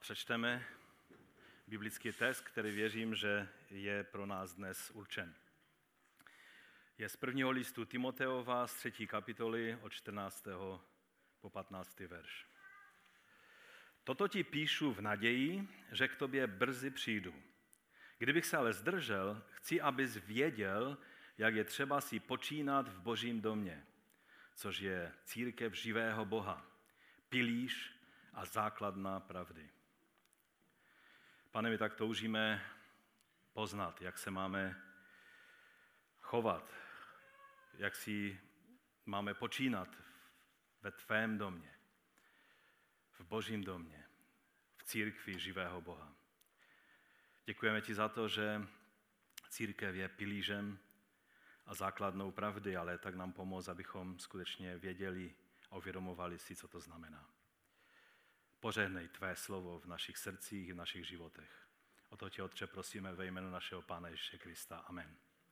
Přečteme biblický text, který věřím, že je pro nás dnes určen. Je z prvního listu Timoteova z 3. kapitoly od 14. po 15. verš. Toto ti píšu v naději, že k tobě brzy přijdu. Kdybych se ale zdržel, chci, abys věděl, jak je třeba si počínat v Božím domě, což je církev živého Boha, pilíř a základna pravdy. Pane, my tak toužíme poznat, jak se máme chovat, jak si máme počínat ve tvém domě, v Božím domě, v církvi živého Boha. Děkujeme ti za to, že církev je pilířem a základnou pravdy, ale tak nám pomoct, abychom skutečně věděli a uvědomovali si, co to znamená. Požehnej tvé slovo v našich srdcích i v našich životech. O to tě, Otče, prosíme ve jménu našeho Pána Ježíše Krista. Amen.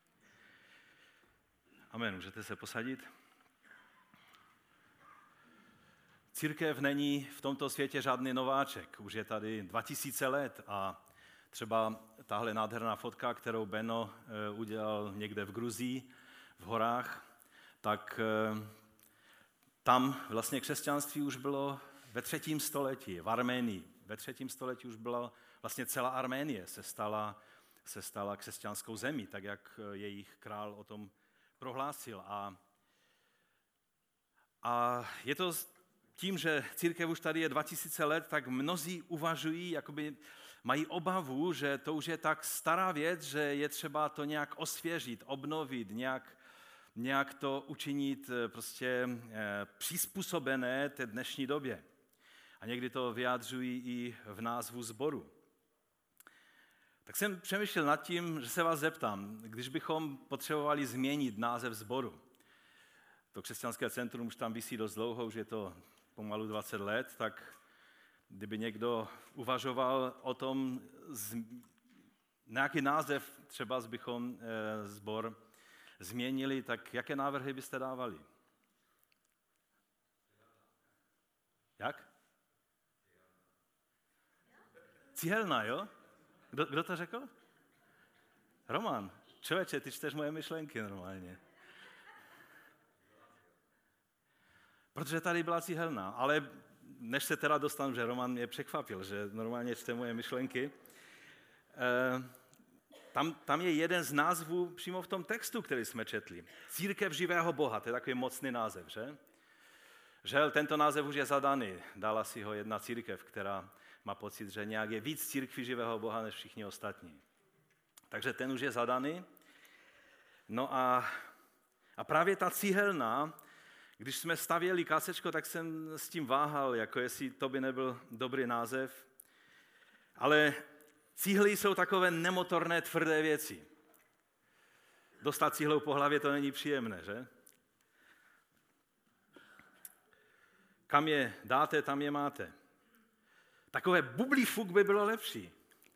Amen. Můžete se posadit? Církev není v tomto světě žádný nováček. Už je tady 2000 let a třeba tahle nádherná fotka, kterou Beno udělal někde v Gruzii, v horách, tak tam vlastně křesťanství už bylo ve 3. století, v Arménii. Ve 3. století už byla vlastně celá Arménie se stala křesťanskou zemí, tak jak jejich král o tom prohlásil. A je to tím, že církev už tady je 2000 let, tak mnozí uvažují, jakoby mají obavu, že to už je tak stará věc, že je třeba to nějak osvěžit, obnovit, nějak to učinit prostě přizpůsobené té dnešní době. A někdy to vyjádřují i v názvu sboru. Tak jsem přemýšlel nad tím, že se vás zeptám, když bychom potřebovali změnit název sboru. To křesťanské centrum už tam visí dost dlouho, už je to pomalu 20 let, tak kdyby někdo uvažoval o tom, nějaký název třeba bychom sbor změnili, tak jaké návrhy byste dávali? Jak? Cihelna, jo? Kdo to řekl? Roman. Člověče, ty čteš moje myšlenky normálně. Protože tady byla cihelna, ale než se teda dostanu, že Roman mě překvapil, že normálně čte moje myšlenky, tam je jeden z názvů přímo v tom textu, který jsme četli. Církev živého Boha, to je takový mocný název, že? Žel, tento název už je zadaný, dala si ho jedna církev, která má pocit, že nějak je víc církví živého Boha než všichni ostatní. Takže ten už je zadaný. No a právě ta cihelna, když jsme stavěli kasečko, tak jsem s tím váhal, jako jestli to by nebyl dobrý název. Ale cihly jsou takové nemotorné, tvrdé věci. Dostat cihlou po hlavě, to není příjemné, že? Kam je dáte, tam je máte. Takové bublý fuk by bylo lepší.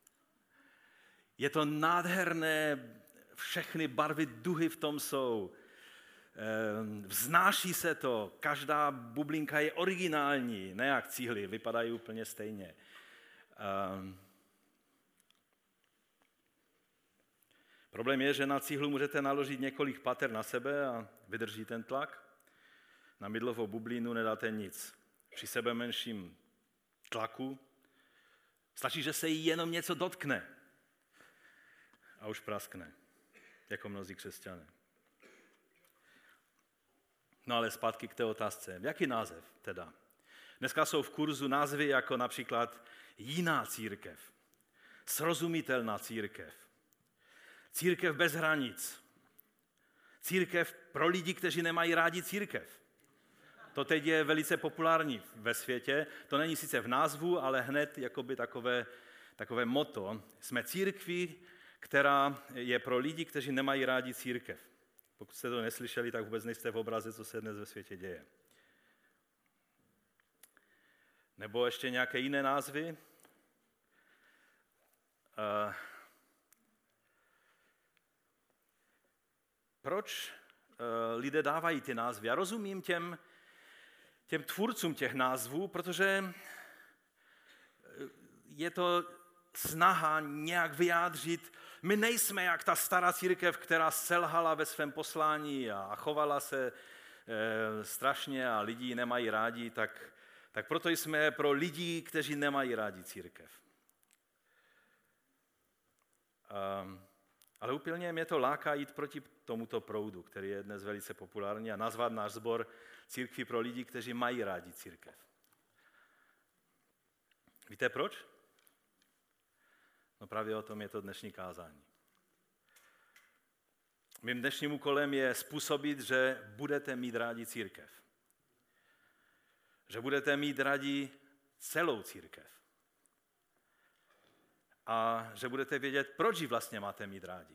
Je to nádherné, všechny barvy duhy v tom jsou. Vznáší se to, každá bublinka je originální, ne jak cihly, vypadají úplně stejně. Problém je, že na cihlu můžete naložit několik pater na sebe a vydrží ten tlak. Na mydlovou bublinu nedáte nic. Při sebe menším tlaku stačí, že se jí jenom něco dotkne a už praskne, jako mnozí křesťané. No ale zpátky k té otázce. Jaký název teda? Dneska jsou v kurzu názvy jako například jiná církev, srozumitelná církev, církev bez hranic, církev pro lidi, kteří nemají rádi církev. To teď je velice populární ve světě. To není sice v názvu, ale hned jakoby takové motto. Jsme církví, která je pro lidi, kteří nemají rádi církev. Pokud jste to neslyšeli, tak vůbec nejste v obraze, co se dnes ve světě děje. Nebo ještě nějaké jiné názvy. Proč lidé dávají ty názvy? Já rozumím těm tvůrcům těch názvů, protože je to snaha nějak vyjádřit, my nejsme jak ta stará církev, která selhala ve svém poslání a chovala se strašně a lidi nemají rádi, tak proto jsme pro lidi, kteří nemají rádi církev. Ale úplně mě to láká jít proti tomuto proudu, který je dnes velice populární, a nazvat náš sbor církví pro lidi, kteří mají rádi církev. Víte proč? No právě o tom je to dnešní kázání. Mým dnešním úkolem je způsobit, že budete mít rádi církev. Že budete mít rádi celou církev. A že budete vědět, proč ji vlastně máte mít rádi.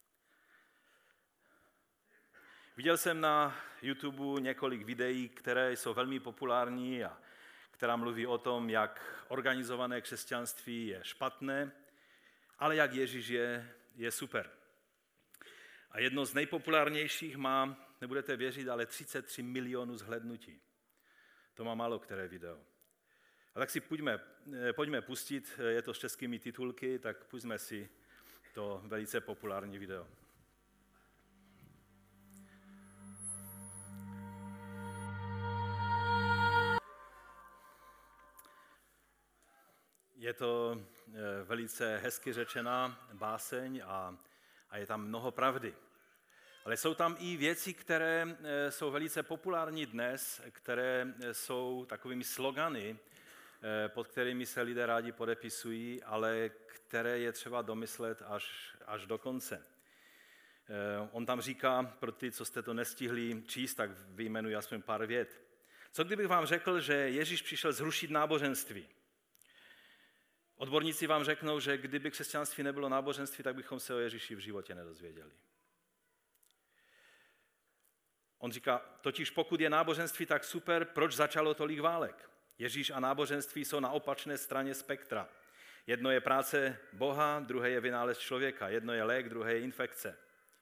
Viděl jsem na YouTube několik videí, které jsou velmi populární a která mluví o tom, jak organizované křesťanství je špatné, ale jak Ježíš je super. A jedno z nejpopulárnějších má, nebudete věřit, ale 33 milionů zhlédnutí. To má málo které video. A tak si pojďme pustit, je to s českými titulky, tak pustíme si to velice populární video. Je to velice hezky řečená báseň a je tam mnoho pravdy. Ale jsou tam i věci, které jsou velice populární dnes, které jsou takovými slogany, pod kterými se lidé rádi podepisují, ale které je třeba domyslet až do konce. On tam říká, pro ty, co jste to nestihli číst, tak vyjmenuji aspoň pár vět. Co kdybych vám řekl, že Ježíš přišel zrušit náboženství? Odborníci vám řeknou, že kdyby křesťanství nebylo náboženství, tak bychom se o Ježíši v životě nedozvěděli. On říká, totiž pokud je náboženství tak super, proč začalo tolik válek? Ježíš a náboženství jsou na opačné straně spektra. Jedno je práce Boha, druhé je vynález člověka. Jedno je lék, druhé je infekce.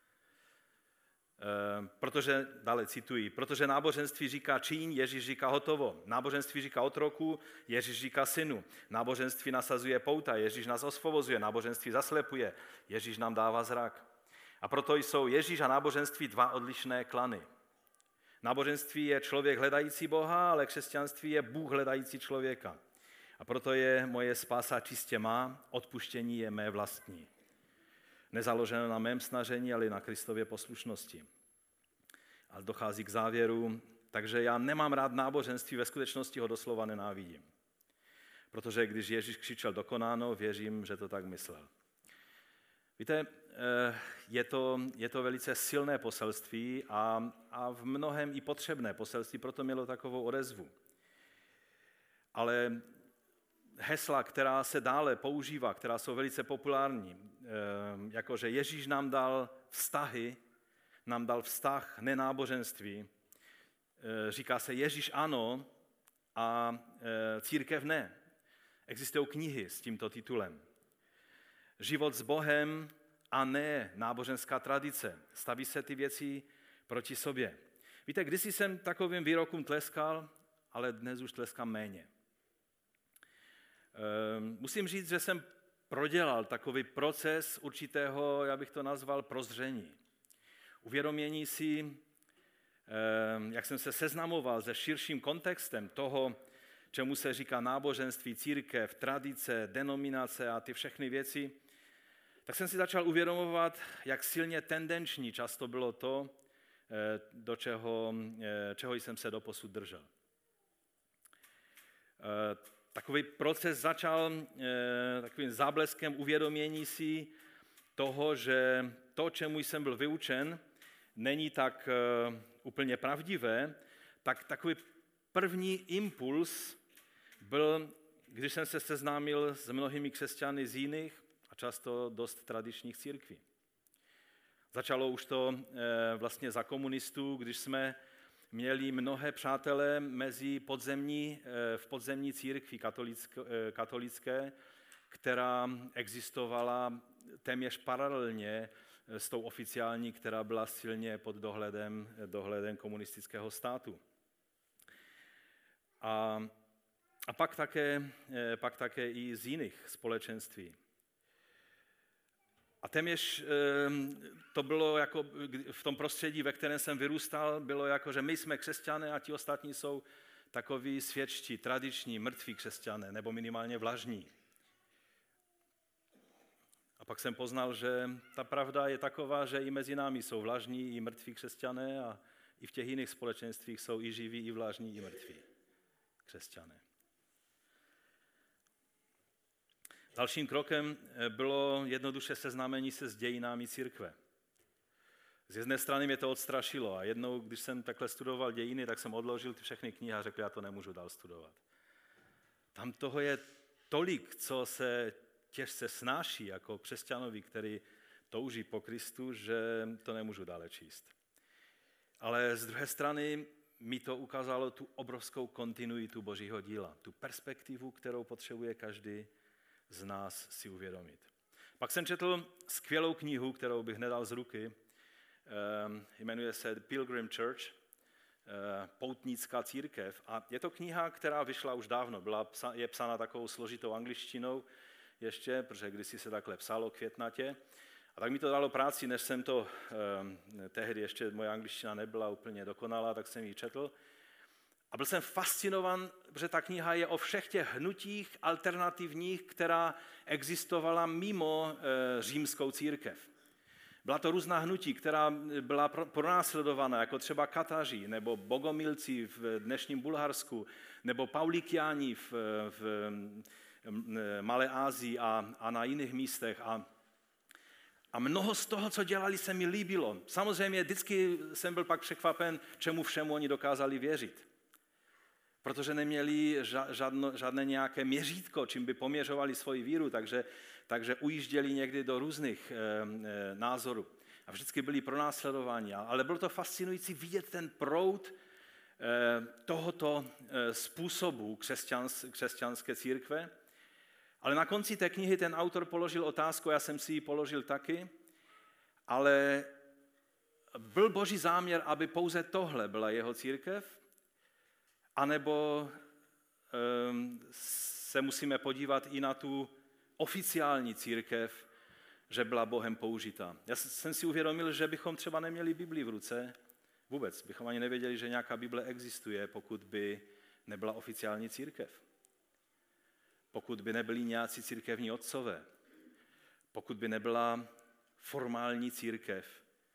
Dále cituji, protože náboženství říká čiň, Ježíš říká hotovo. Náboženství říká otroku, Ježíš říká synu. Náboženství nasazuje pouta, Ježíš nás osvobozuje. Náboženství zaslepuje, Ježíš nám dává zrak. A proto jsou Ježíš a náboženství dva odlišné klany. Náboženství je člověk hledající Boha, ale křesťanství je Bůh hledající člověka. A proto je moje spása čistě má, odpuštění je mé vlastní. Nezaloženo na mém snažení, ale na Kristově poslušnosti. A dochází k závěru, takže já nemám rád náboženství, ve skutečnosti ho doslova nenávidím. Protože když Ježíš křičel dokonáno, věřím, že to tak myslel. Víte, je to velice silné poselství a v mnohem i potřebné poselství, proto mělo takovou odezvu. Ale hesla, která se dále používá, která jsou velice populární, jakože Ježíš nám dal vztahy, nám dal vztah, ne náboženství. Říká se Ježíš ano a církev ne. Existují knihy s tímto titulem. Život s Bohem a ne náboženská tradice. Staví se ty věci proti sobě. Víte, kdysi jsem takovým výrokům tleskal, ale dnes už tleskám méně. Musím říct, že jsem prodělal takový proces určitého, já bych to nazval, prozření. Uvědomění si, jak jsem se seznamoval se širším kontextem toho, čemu se říká náboženství, církev, tradice, denominace a ty všechny věci, tak jsem si začal uvědomovat, jak silně tendenční často bylo to, do čeho jsem se doposud držel. Takový proces začal takovým zábleskem uvědomění si toho, že to, čemu jsem byl vyučen, není tak úplně pravdivé, tak takový první impuls byl, když jsem se seznámil s mnohými křesťany z jiných a často dost tradičních církví. Začalo už to vlastně za komunistů, když jsme měli mnohé přátelé v podzemní církvi katolické, která existovala téměř paralelně s tou oficiální, která byla silně pod dohledem komunistického státu. A A pak také i z jiných společenství. A téměř to bylo jako v tom prostředí, ve kterém jsem vyrůstal, bylo jako, že my jsme křesťané a ti ostatní jsou takoví světští, tradiční, mrtví křesťané, nebo minimálně vlažní. A pak jsem poznal, že ta pravda je taková, že i mezi námi jsou vlažní, i mrtví křesťané a i v těch jiných společenstvích jsou i živí, i vlažní, i mrtví křesťané. Dalším krokem bylo jednoduše seznámení se s dějinami církve. Z jedné strany mě to odstrašilo a jednou, když jsem takhle studoval dějiny, tak jsem odložil ty všechny knihy a řekl, já to nemůžu dál studovat. Tam toho je tolik, co se těžce snáší jako křesťanovi, který touží po Kristu, že to nemůžu dále číst. Ale z druhé strany mi to ukázalo tu obrovskou kontinuitu Božího díla, tu perspektivu, kterou potřebuje každý z nás si uvědomit. Pak jsem četl skvělou knihu, kterou bych nedal z ruky, jmenuje se The Pilgrim Church, Poutnická církev. A je to kniha, která vyšla už dávno, je psána takovou složitou angličtinou ještě, protože kdysi se takhle psalo květnatě. A tak mi to dalo práci, než jsem to, tehdy ještě moje angličtina nebyla úplně dokonalá, tak jsem ji četl. A byl jsem fascinovan, že ta kniha je o všech těch hnutích alternativních, která existovala mimo římskou církev. Byla to různá hnutí, která byla pronásledována, jako třeba Kataři, nebo Bogomilci v dnešním Bulharsku, nebo Paulikiáni v Malé Asii a na jiných místech. A mnoho z toho, co dělali, se mi líbilo. Samozřejmě vždycky jsem byl pak překvapen, čemu všemu oni dokázali věřit. Protože neměli žádné nějaké měřítko, čím by poměřovali svoji víru, takže ujížděli někdy do různých názorů. A vždycky byli pronásledováni. Ale bylo to fascinující vidět ten proud tohoto způsobu křesťanské církve. Ale na konci té knihy ten autor položil otázku, já jsem si ji položil taky, ale byl Boží záměr, aby pouze tohle byla jeho církev? A nebo se musíme podívat i na tu oficiální církev, že byla Bohem použita. Já jsem si uvědomil, že bychom třeba neměli Bibli v ruce, vůbec bychom ani nevěděli, že nějaká Bible existuje, pokud by nebyla oficiální církev. Pokud by nebyli nějací církevní otcové, pokud by nebyla formální církev,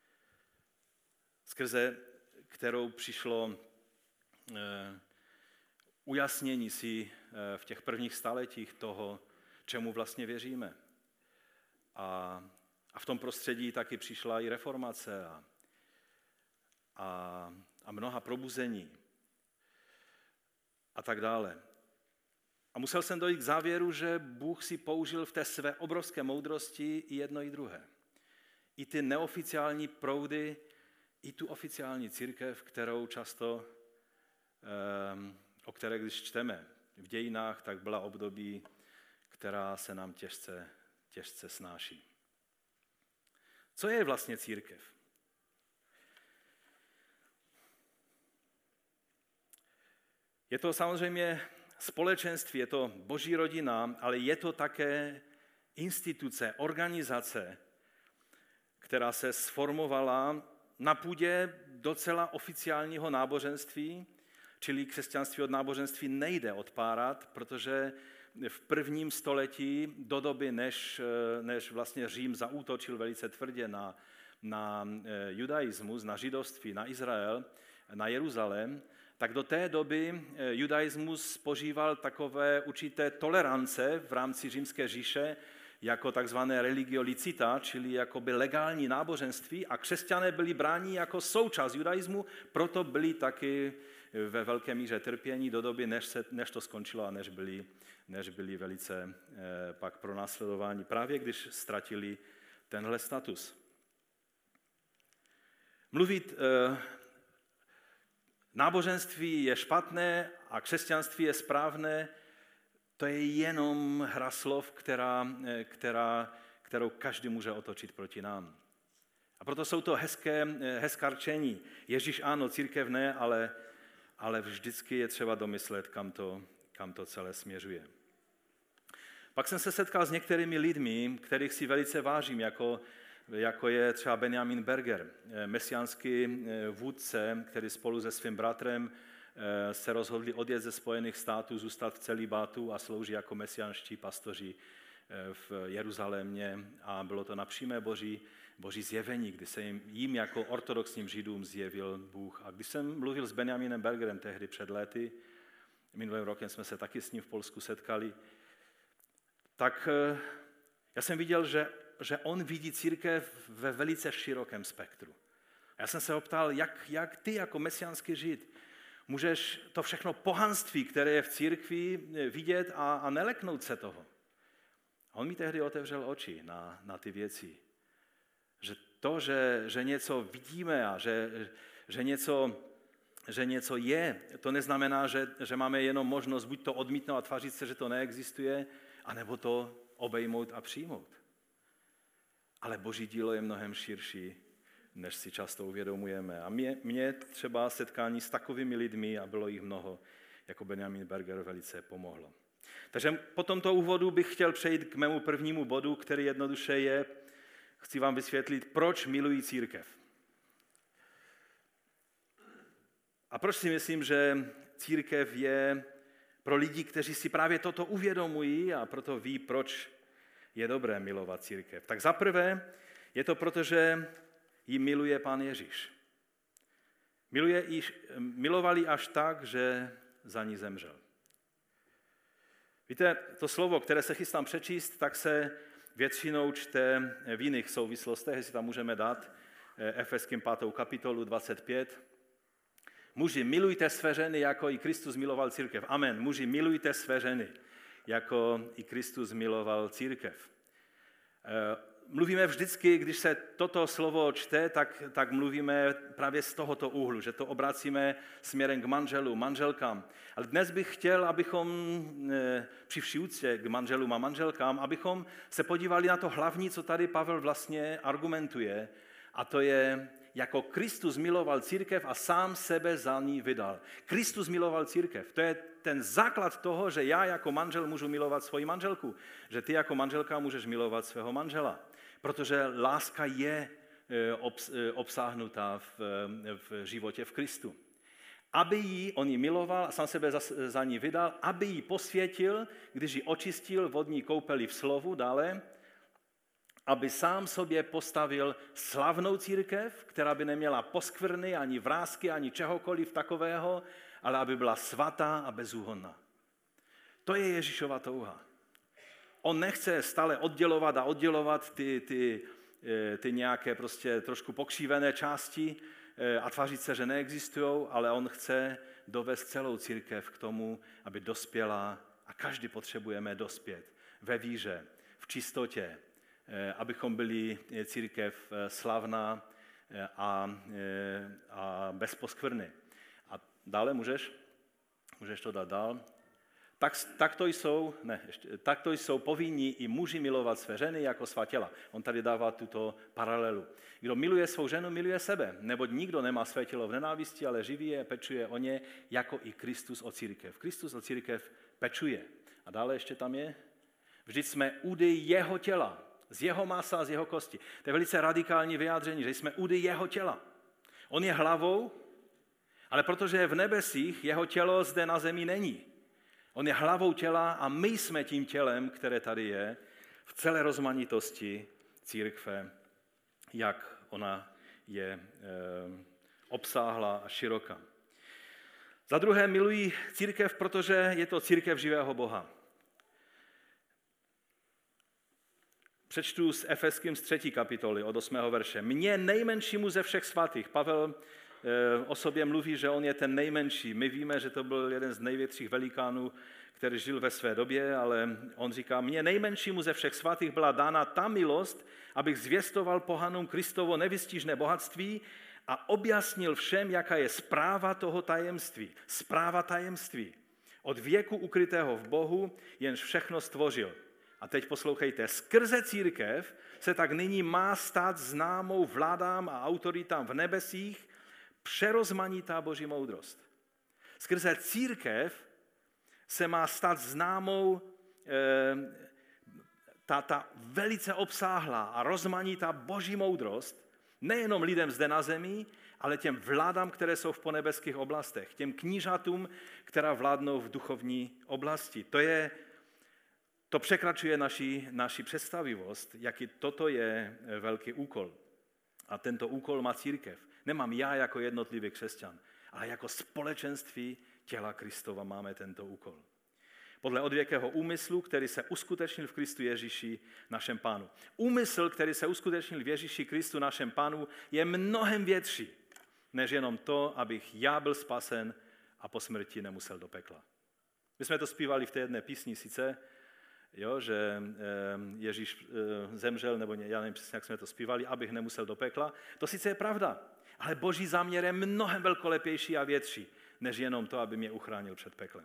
skrze kterou přišlo ujasnění si v těch prvních staletích toho, čemu vlastně věříme. A v tom prostředí taky přišla i reformace a mnoha probuzení a tak dále. A musel jsem dojít k závěru, že Bůh si použil v té své obrovské moudrosti i jedno i druhé. I ty neoficiální proudy, i tu oficiální církev, kterou často, o které když čteme v dějinách, tak byla období, která se nám těžce snáší. Co je vlastně církev? Je to samozřejmě společenství, je to Boží rodina, ale je to také instituce, organizace, která se sformovala na půdě docela oficiálního náboženství, čili křesťanství od náboženství nejde odpárat, protože v prvním století, do doby, než vlastně Řím zaútočil velice tvrdě na judaismus, na židovství, na Izrael, na Jeruzalém, tak do té doby judaismus požíval takové určité tolerance v rámci římské říše, jako takzvané religio licita, čili jakoby legální náboženství, a křesťané byli bráni jako součást judaismu, proto byli taky ve velké míře trpění do doby, než to skončilo a než byli velice pak pronásledováni, právě když ztratili tenhle status. Mluvit náboženství je špatné a křesťanství je správné, to je jenom hra slov, kterou každý může otočit proti nám. A proto jsou to hezká rčení. Ježíš ano, církev ne, ale vždycky je třeba domyslet, kam kam to celé směřuje. Pak jsem se setkal s některými lidmi, kterých si velice vážím, jako je třeba Benjamin Berger, mesiánský vůdce, který spolu se svým bratrem se rozhodli odjet ze Spojených států, zůstat v celibátu a slouží jako mesiánští pastoři v Jeruzalémě. A bylo to na přímé boží zjevení, kdy se jim jako ortodoxním Židům zjevil Bůh. A když jsem mluvil s Benjaminem Bergerem tehdy před léty, minulým rokem jsme se taky s ním v Polsku setkali, tak já jsem viděl, že on vidí církev ve velice širokém spektru. Já jsem se ho ptal, jak ty jako mesiánský Žid můžeš to všechno pohanství, které je v církvi, vidět a neleknout se toho. A on mi tehdy otevřel oči na ty věci. Že to, že něco vidíme a že něco je, to neznamená, že máme jenom možnost buď to odmítnout a tvářit se, že to neexistuje, anebo to obejmout a přijmout. Ale Boží dílo je mnohem širší, než si často uvědomujeme. A mě třeba setkání s takovými lidmi, a bylo jich mnoho, jako Benjamin Berger, velice pomohlo. Takže po tomto úvodu bych chtěl přejít k mému prvnímu bodu, který jednoduše je, chci vám vysvětlit, proč miluji církev. A proč si myslím, že církev je pro lidi, kteří si právě toto uvědomují a proto ví, proč je dobré milovat církev. Tak zaprvé je to proto, že ji miluje Pán Ježíš. Miloval ji až tak, že za ní zemřel. Víte, to slovo, které se chystám přečíst, tak se většinou čte v jiných souvislostech, jestli tam můžeme dát, Efeským 5. kapitolu 25. Muži, milujte své ženy, jako i Kristus miloval církev. Amen. Muži, milujte své ženy, jako i Kristus miloval církev. Mluvíme vždycky, když se toto slovo čte, tak mluvíme právě z tohoto úhlu, že to obracíme směrem k manželům, manželkám. Ale dnes bych chtěl, abychom při vší úctě k manželům a manželkám, abychom se podívali na to hlavní, co tady Pavel vlastně argumentuje, a to je, jako Kristus miloval církev a sám sebe za ní vydal. Kristus miloval církev. To je ten základ toho, že já jako manžel můžu milovat svoji manželku. Že ty jako manželka můžeš milovat svého manžela. Protože láska je obsáhnutá v životě v Kristu. Aby on ji miloval a sám sebe za ní vydal, aby ji posvětil, když ji očistil vodní koupeli v slovu, dále, aby sám sobě postavil slavnou církev, která by neměla poskvrny, ani vrásky, ani čehokoliv takového, ale aby byla svatá a bezúhonná. To je Ježíšova touha. On nechce stále oddělovat ty nějaké prostě trošku pokřívené části a tvářit se, že neexistují, ale on chce dovést celou církev k tomu, aby dospěla, a každý potřebujeme dospět ve víře, v čistotě, abychom byli církev slavná a bez poskvrny. A dále můžeš to dát dál. Takto jsou povinni i muži milovat své ženy jako svá těla. On tady dává tuto paralelu. Kdo miluje svou ženu, miluje sebe, neboť nikdo nemá své tělo v nenávisti, ale živí je, pečuje o ně, jako i Kristus o církev. Kristus o církev pečuje. A dále ještě tam je, vždyť jsme údy jeho těla, z jeho masa a z jeho kosti. To je velice radikální vyjádření, že jsme údy jeho těla. On je hlavou, ale protože je v nebesích, jeho tělo zde na zemi není. On je hlavou těla a my jsme tím tělem, které tady je, v celé rozmanitosti církve, jak ona je obsáhlá a široká. Za druhé miluji církev, protože je to církev živého Boha. Přečtu z Efeským z 3. kapitoly od 8. verše. Mně nejmenšímu ze všech svatých. Pavel o sobě mluví, že on je ten nejmenší. My víme, že to byl jeden z největších velikánů, který žil ve své době, ale on říká, mně nejmenšímu ze všech svatých byla dána ta milost, abych zvěstoval pohanům Kristovo nevystižné bohatství a objasnil všem, jaká je správa toho tajemství. Správa tajemství. Od věku ukrytého v Bohu, jenž všechno stvořil. A teď poslouchejte, skrze církev se tak nyní má stát známou vládám a autoritám v nebesích přerozmanitá boží moudrost. Skrze církev se má stát známou ta velice obsáhlá a rozmanitá boží moudrost, nejenom lidem zde na zemi, ale těm vládám, které jsou v ponebeských oblastech, těm knížatům, která vládnou v duchovní oblasti. To překračuje naši představivost, jaký toto je velký úkol. A tento úkol má církev. Nemám já jako jednotlivý křesťan, ale jako společenství těla Kristova máme tento úkol. Podle odvěkého úmyslu, který se uskutečnil v Kristu Ježíši, našem Pánu. Úmysl, který se uskutečnil v Ježíši Kristu, našem Pánu, je mnohem větší, než jenom to, abych já byl spasen a po smrti nemusel do pekla. My jsme to zpívali v té jedné písni sice, jo, že Ježíš zemřel, nebo já nevím přesně, jak jsme to zpívali, abych nemusel do pekla. To sice je pravda, ale boží záměr je mnohem velkolepější a větší, než jenom to, aby mě uchránil před peklem.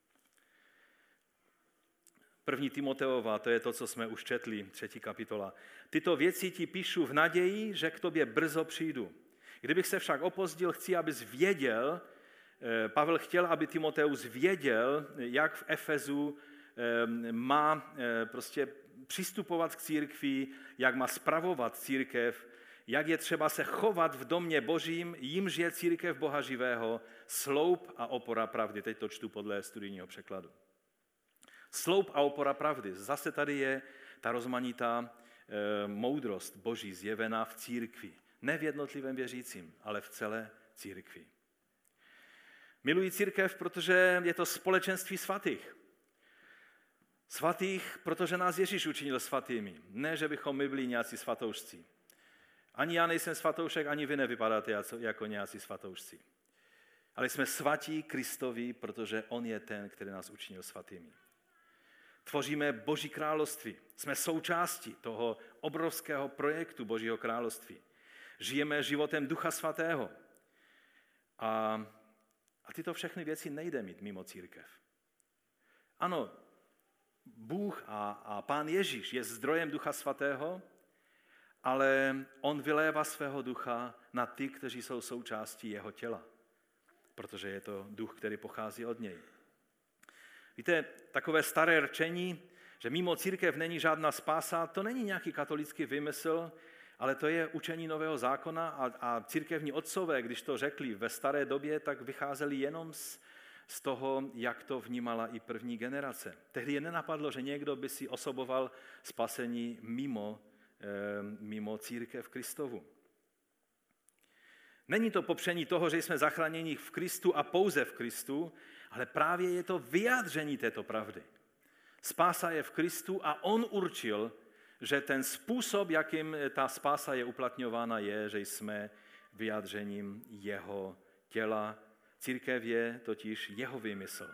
1. Timoteova, to je to, co jsme už četli, 3. kapitola. Tyto věci ti píšu v naději, že k tobě brzo přijdu. Kdybych se však opozdil, chci, abys věděl, Pavel chtěl, aby Timoteus věděl, jak v Efezu má prostě přistupovat k církvi, jak má spravovat církev, jak je třeba se chovat v domě božím, jimž je církev Boha živého, sloup a opora pravdy. Teď to čtu podle studijního překladu. Sloup a opora pravdy. Zase tady je ta rozmanitá moudrost boží zjevená v církvi. Ne v jednotlivém věřícím, ale v celé církvi. Miluji církev, protože je to společenství svatých. Svatých, protože nás Ježíš učinil svatými. Ne, že bychom my byli nějací svatoušci. Ani já nejsem svatoušek, ani vy nevypadáte jako nějací svatoušci. Ale jsme svatí Kristovi, protože on je ten, který nás učinil svatými. Tvoříme Boží království. Jsme součástí toho obrovského projektu Božího království. Žijeme životem Ducha Svatého. A tyto všechny věci nejde mít mimo církev. Ano, Bůh a Pán Ježíš je zdrojem Ducha Svatého, ale on vylévá svého ducha na ty, kteří jsou součástí jeho těla, protože je to duch, který pochází od něj. Víte, takové staré rčení, že mimo církev není žádná spása, to není nějaký katolický vymysl, ale to je učení Nového zákona a církevní otcové, když to řekli ve staré době, tak vycházeli jenom z toho, jak to vnímala i první generace. Tehdy je nenapadlo, že někdo by si osoboval spasení mimo církev Kristovu. Není to popření toho, že jsme zachráněni v Kristu a pouze v Kristu, ale právě je to vyjádření této pravdy. Spása je v Kristu a on určil, že ten způsob, jakým ta spása je uplatňována, je, že jsme vyjádřením jeho těla. Církev je totiž jeho výmysl.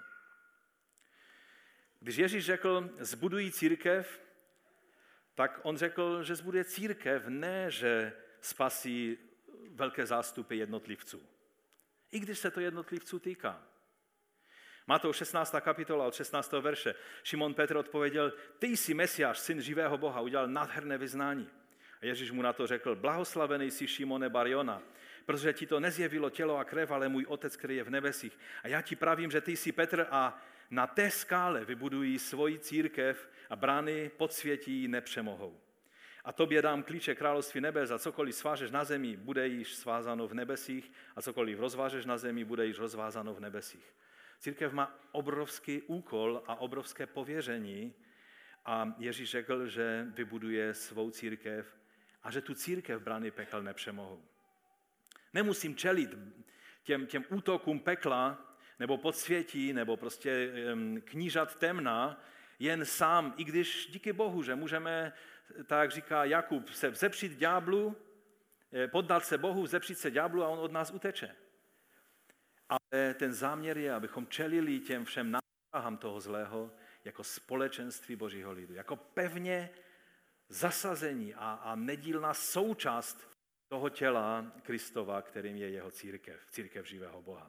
Když Ježíš řekl, zbudují církev, tak on řekl, že zbuduje církev, ne, že spasí velké zástupy jednotlivců. I když se to jednotlivců týká. Matouš 16. kapitola od 16. verše. Šimon Petr odpověděl, ty jsi Mesiáš, syn živého Boha, udělal nádherné vyznání. A Ježíš mu na to řekl, blahoslavený jsi Šimone Barjona, protože ti to nezjevilo tělo a krev, ale můj otec, který je v nebesích. A já ti pravím, že ty jsi Petr a na té skále vybudují svoji církev a brány podsvětí nepřemohou. A tobě dám klíče království nebes a cokoliv svážeš na zemi, bude již svázáno v nebesích a cokoliv rozvážeš na zemi, bude již rozvázáno v nebesích. Církev má obrovský úkol a obrovské pověření a Ježíš řekl, že vybuduje svou církev a že tu církev brány pekel nepřemohou. Nemusím čelit těm útokům pekla nebo podsvětí nebo prostě knížat temna jen sám, i když díky Bohu, že můžeme, tak říká Jakub, se vzepřít ďáblu, poddat se Bohu, vzepřít se ďáblu a on od nás uteče. Ale ten záměr je, abychom čelili těm všem nástrahám toho zlého jako společenství Božího lidu, jako pevně zasazení a nedílná součást toho těla Kristova, kterým je jeho církev živého Boha.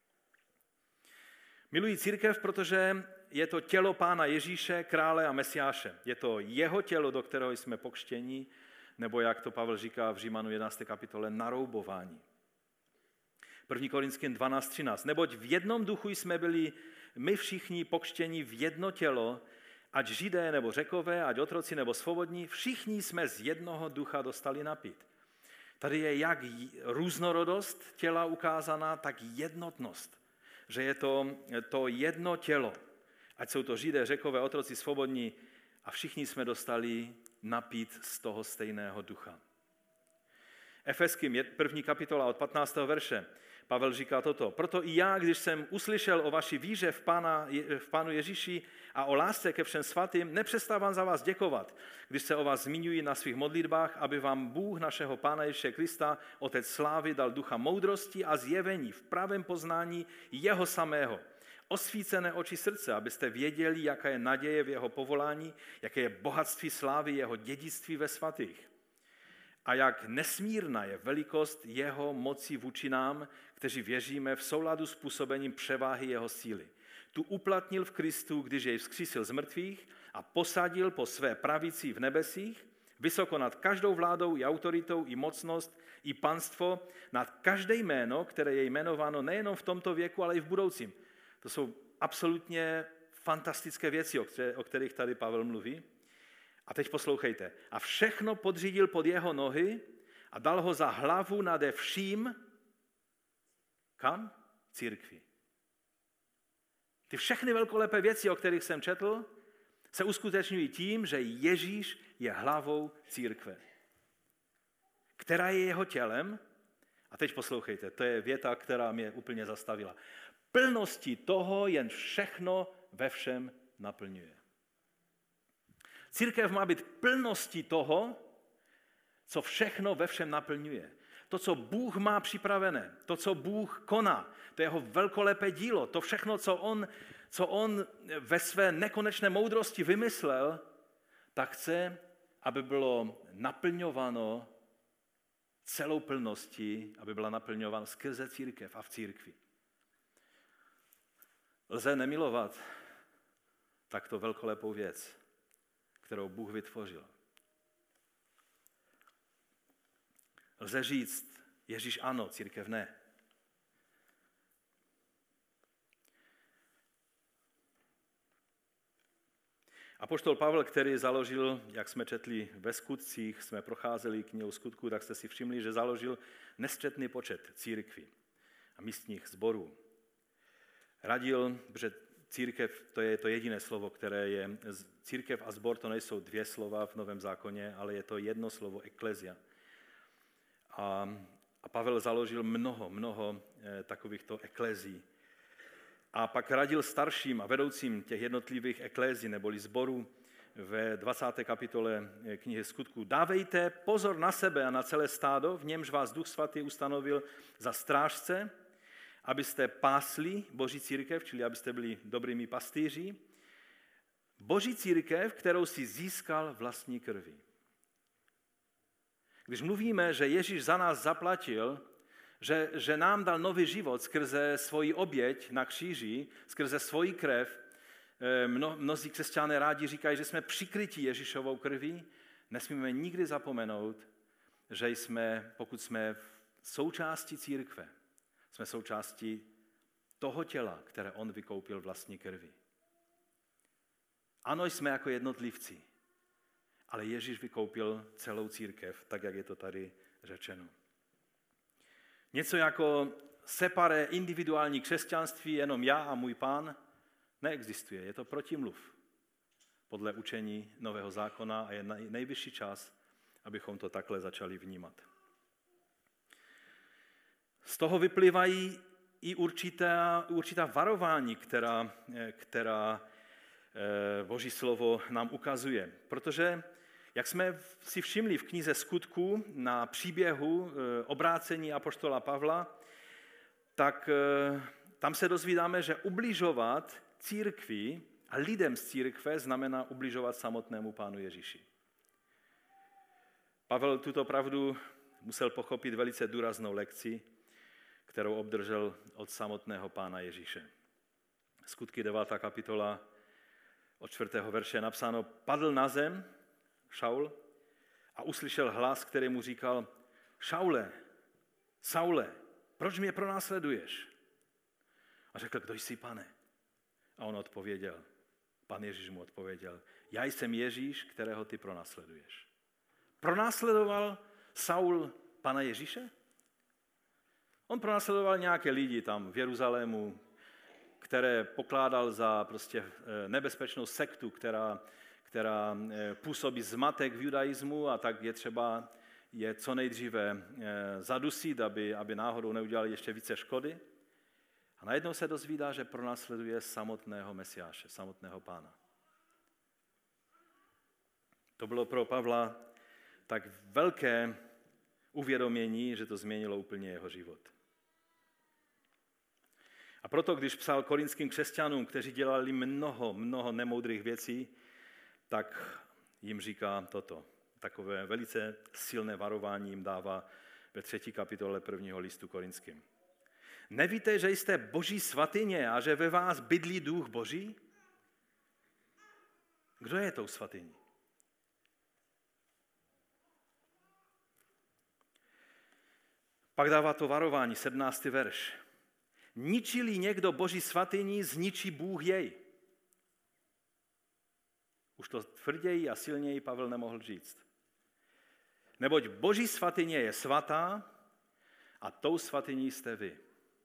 Miluji církev, protože je to tělo Pána Ježíše, krále a Mesiáše. Je to jeho tělo, do kterého jsme pokřtěni, nebo jak to Pavel říká v Římanu 11. kapitole, naroubování. 1. Korinským 12.13. Neboť v jednom duchu jsme byli my všichni pokřtění v jedno tělo, ať Židé nebo Řekové, ať otroci nebo svobodní, všichni jsme z jednoho ducha dostali napít. Tady je jak různorodost těla ukázaná, tak jednotnost. Že je to jedno tělo. Ať jsou to Židé, Řekové, otroci, svobodní a všichni jsme dostali napít z toho stejného ducha. Efeským 1. kapitola od 15. verše. Pavel říká toto. Proto i já, když jsem uslyšel o vaší víře v Pánu Ježíši a o lásce ke všem svatým, nepřestávám za vás děkovat, když se o vás zmiňuji na svých modlitbách, aby vám Bůh našeho Pána Ježíše Krista, Otec slávy, dal ducha moudrosti a zjevení v pravém poznání jeho samého. Osvícené oči srdce, abyste věděli, jaká je naděje v jeho povolání, jaké je bohatství slávy jeho dědictví ve svatých. A jak nesmírná je velikost jeho moci vůči nám, kteří věříme v souladu s působením převáhy jeho síly. Tu uplatnil v Kristu, když jej vzkřísil z mrtvých a posadil po své pravici v nebesích, vysoko nad každou vládou i autoritou, i mocnost, i panstvo, nad každé jméno, které je jmenováno nejenom v tomto věku, ale i v budoucím. To jsou absolutně fantastické věci, o kterých tady Pavel mluví. A teď poslouchejte. A všechno podřídil pod jeho nohy a dal ho za hlavu nade vším. Kam? Církvi. Ty všechny velkolepé věci, o kterých jsem četl, se uskutečňují tím, že Ježíš je hlavou církve, která je jeho tělem. A teď poslouchejte, to je věta, která mě úplně zastavila. Plností toho jen všechno ve všem naplňuje. Církev má být plností toho, co všechno ve všem naplňuje. To, co Bůh má připravené, to, co Bůh koná, to jeho velkolepé dílo, to všechno, co on ve své nekonečné moudrosti vymyslel, tak chce, aby bylo naplňováno celou plností, aby byla naplňována skrze církev a v církvi. Lze nemilovat takto velkolepou věc, kterou Bůh vytvořil. Lze říct, Ježíš ano, církev ne. Apoštol Pavel, který založil, jak jsme četli ve skutcích, jsme procházeli knihou skutků, tak jste si všimli, že založil nesčetný počet církví a místních sborů. Radil, že církev, to je to jediné slovo, které je, církev a sbor to nejsou dvě slova v Novém zákoně, ale je to jedno slovo eklezia. A Pavel založil mnoho takovýchto eklezí. A pak radil starším a vedoucím těch jednotlivých eklezí neboli sborů ve 20. kapitole knihy Skutků. Dávejte pozor na sebe a na celé stádo, v němž vás Duch Svatý ustanovil za strážce, abyste pásli Boží církev, čili abyste byli dobrými pastýři. Boží církev, kterou si získal vlastní krví. Když mluvíme, že Ježíš za nás zaplatil, že nám dal nový život skrze svoji oběť na kříži, skrze svoji krev, mnozí křesťané rádi říkají, že jsme přikryti Ježíšovou krví, nesmíme nikdy zapomenout, že jsme, pokud jsme součástí církve, jsme součástí toho těla, které on vykoupil vlastní krví. Ano, jsme jako jednotlivci, ale Ježíš vykoupil celou církev, tak jak je to tady řečeno. Něco jako separé individuální křesťanství, jenom já a můj Pán, neexistuje. Je to protimluv podle učení Nového zákona a je nejvyšší čas, abychom to takhle začali vnímat. Z toho vyplývají i určitá varování, která Boží slovo nám ukazuje. Protože, jak jsme si všimli v knize Skutků na příběhu obrácení apoštola Pavla, tak tam se dozvídáme, že ubližovat církvi a lidem z církve znamená ubližovat samotnému Pánu Ježíši. Pavel tuto pravdu musel pochopit velice důraznou lekci, kterou obdržel od samotného Pána Ježíše. Skutky 9. kapitola od 4. verše je napsáno: Padl na zem Šaul a uslyšel hlas, který mu říkal: Šaule, Saule, proč mě pronásleduješ? A řekl: Kdo jsi, Pane? A on odpověděl, pan Ježíš mu odpověděl, já jsem Ježíš, kterého ty pronásleduješ. Pronásledoval Saul pana Ježíše? On pronásledoval nějaké lidi tam v Jeruzalému, které pokládal za prostě nebezpečnou sektu, která působí zmatek v judaismu, a tak je třeba je co nejdříve zadusit, aby náhodou neudělali ještě více škody. A najednou se dozvídá, že pronásleduje samotného Mesiáše, samotného Pána. To bylo pro Pavla tak velké uvědomění, že to změnilo úplně jeho život. A proto, když psal korinským křesťanům, kteří dělali mnoho nemoudrých věcí, tak jim říká toto. Takové velice silné varování jim dává ve 3. kapitole 1. listu Korinským. Nevíte, že jste Boží svatyně a že ve vás bydlí duch Boží? Kdo je tou svatyní? Pak dává to varování, 17. verš. Ničí-li někdo Boží svatyni, zničí Bůh jej. Už to tvrději a silněji Pavel nemohl říct. Neboť Boží svatyně je svatá a tou svatyní jste vy.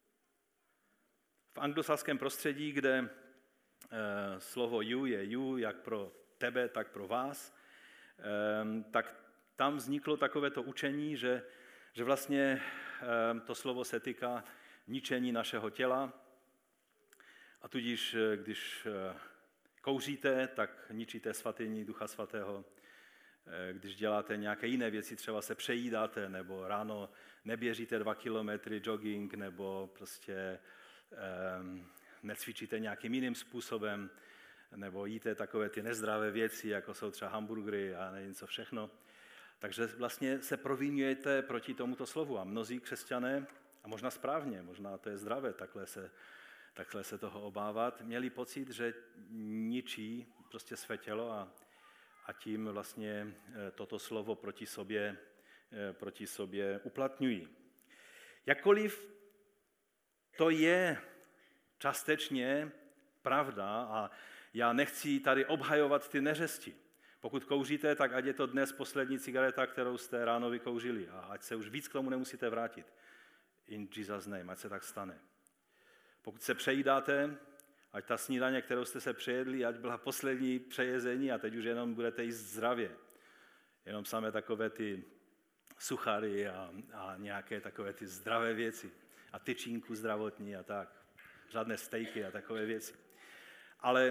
V anglosaském prostředí, kde slovo you je you, jak pro tebe, tak pro vás, tak tam vzniklo takovéto učení, že vlastně to slovo se týká ničení našeho těla a tudíž, když kouříte, tak ničíte svatyni Ducha Svatého. Když děláte nějaké jiné věci, třeba se přejídáte, nebo ráno neběžíte 2 kilometry jogging, nebo prostě necvičíte nějakým jiným způsobem, nebo jíte takové ty nezdravé věci, jako jsou třeba hamburgery a nevím co všechno. Takže vlastně se provinujete proti tomuto slovu. A mnozí křesťané, a možná správně, možná to je zdravé takhle se toho obávat, měli pocit, že ničí prostě své tělo a tím vlastně toto slovo proti sobě uplatňují. Jakkoliv to je částečně pravda a já nechci tady obhajovat ty neřesti. Pokud kouříte, tak ať je to dnes poslední cigareta, kterou jste ráno vykouřili a ať se už víc k tomu nemusíte vrátit. In Jesus name, ať se tak stane. Pokud se přejídáte, ať ta snídaně, kterou jste se přejedli, ať byla poslední přejezení a teď už jenom budete jíst zdravě. Jenom samé takové ty suchary a nějaké takové ty zdravé věci. A tyčinku zdravotní a tak. Žádné stejky a takové věci. Ale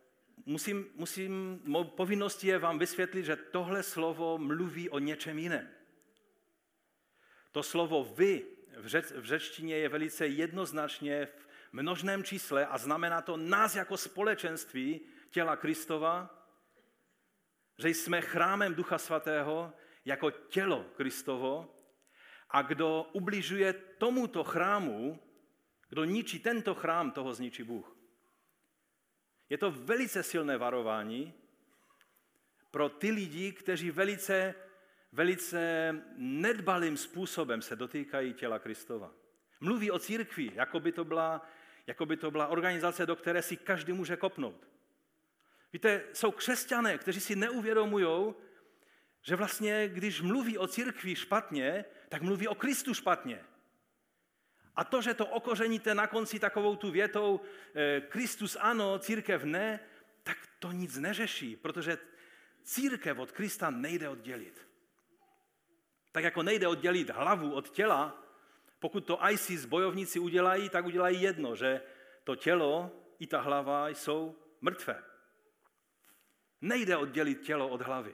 mou povinností je vám vysvětlit, že tohle slovo mluví o něčem jiném. To slovo vy v řečtině je velice jednoznačně v množném čísle a znamená to nás jako společenství těla Kristova, že jsme chrámem Ducha Svatého jako tělo Kristovo a kdo ubližuje tomuto chrámu, kdo ničí tento chrám, toho zničí Bůh. Je to velice silné varování pro ty lidi, kteří velice nedbalým způsobem se dotýkají těla Kristova. Mluví o církvi, jako by to byla organizace, do které si každý může kopnout. Víte, jsou křesťané, kteří si neuvědomují, že vlastně, když mluví o církvi špatně, tak mluví o Kristu špatně. A to, že to okořeníte na konci takovou tu větou Kristus ano, církev ne, tak to nic neřeší, protože církev od Krista nejde oddělit. Tak jako nejde oddělit hlavu od těla, pokud to ISIS bojovníci udělají, tak udělají jedno, že to tělo i ta hlava jsou mrtvé. Nejde oddělit tělo od hlavy.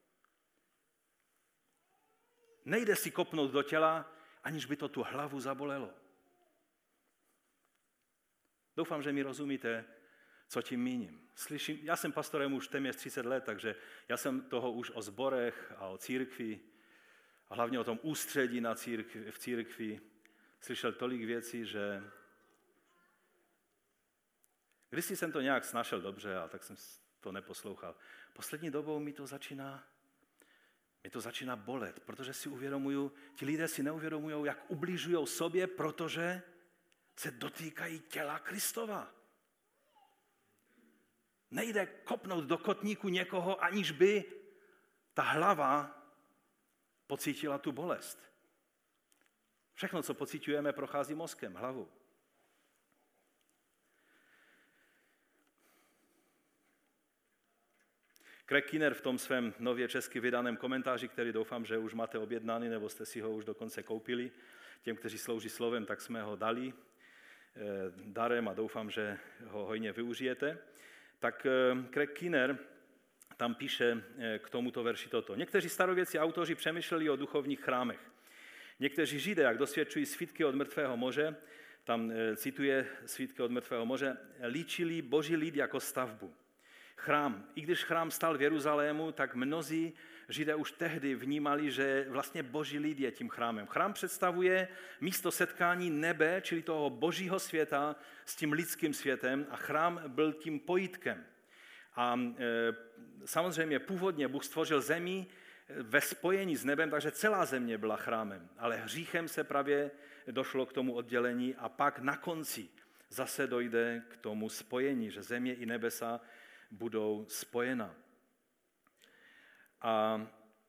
Nejde si kopnout do těla, aniž by to tu hlavu zabolelo. Doufám, že mi rozumíte, co tím míním. Já jsem pastorem už téměř 30 let, takže já jsem toho už o sborech a o církvi a hlavně o tom ústředí v církvi slyšel tolik věcí, že kdysi jsem to nějak snašel dobře a tak jsem to neposlouchal. Poslední dobou mi to začíná bolet, protože si uvědomuju, ti lidé si neuvědomují, jak ubližují sobě, protože se dotýkají těla Kristova. Nejde kopnout do kotníku někoho, aniž by ta hlava pocítila tu bolest. Všechno, co pocítujeme, prochází mozkem, hlavou. Craig Keener v tom svém nově česky vydaném komentáři, který doufám, že už máte objednaný, nebo jste si ho už dokonce koupili, těm, kteří slouží slovem, tak jsme ho dali darem a doufám, že ho hojně využijete. Tak Craig Keener tam píše k tomuto verši toto. Někteří starověcí autoři přemýšleli o duchovních chrámech. Někteří Židé, jak dosvědčují svítky od mrtvého moře, tam cituje svítky od mrtvého moře, líčili boží lid jako stavbu. Chrám. I když chrám stal v Jeruzalému, tak mnozí Židé už tehdy vnímali, že vlastně boží lid je tím chrámem. Chrám představuje místo setkání nebe, čili toho božího světa s tím lidským světem a chrám byl tím pojítkem. A samozřejmě původně Bůh stvořil zemi ve spojení s nebem, takže celá země byla chrámem. Ale hříchem se právě došlo k tomu oddělení a pak na konci zase dojde k tomu spojení, že země i nebesa budou spojena. A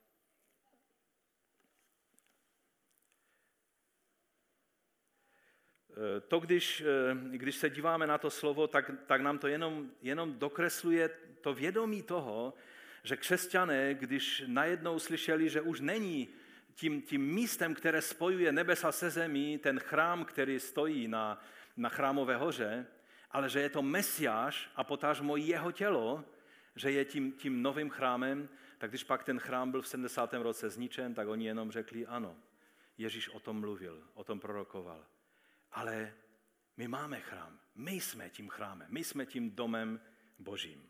to, když se díváme na to slovo, tak nám to jenom dokresluje to vědomí toho, že křesťané, když najednou slyšeli, že už není tím místem, které spojuje nebesa se zemí, ten chrám, který stojí na Chrámové hoře, ale že je to Mesiáš a potažmo jeho tělo, že je tím novým chrámem, tak když pak ten chrám byl v 70. roce zničen, tak oni jenom řekli ano, Ježíš o tom mluvil, o tom prorokoval. Ale my máme chrám, my jsme tím chrámem, my jsme tím domem Božím.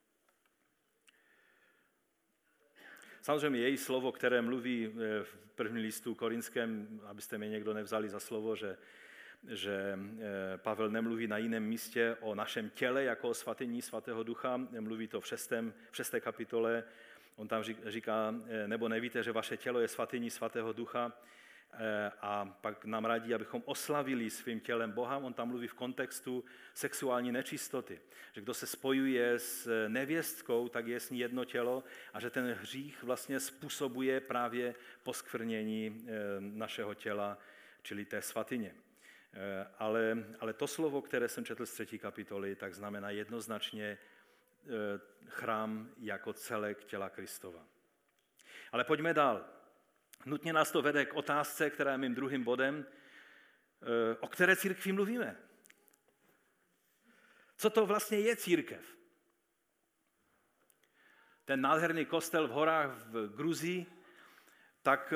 Samozřejmě její slovo, které mluví v prvním listu Korinském, abyste mě někdo nevzali za slovo, že Pavel nemluví na jiném místě o našem těle jako o svatyni svatého ducha, mluví to v 6. kapitole, on tam říká, nebo nevíte, že vaše tělo je svatyní svatého ducha a pak nám radí, abychom oslavili svým tělem Boha, on tam mluví v kontextu sexuální nečistoty, že kdo se spojuje s nevěstkou, tak je s ní jedno tělo a že ten hřích vlastně způsobuje právě poskvrnění našeho těla, čili té svatyně. Ale to slovo, které jsem četl z 3. kapitoly, tak znamená jednoznačně chrám jako celek těla Kristova. Ale pojďme dál. Nutně nás to vede k otázce, která je mým druhým bodem, o které církvi mluvíme. Co to vlastně je církev? Ten nádherný kostel v horách v Gruzii, tak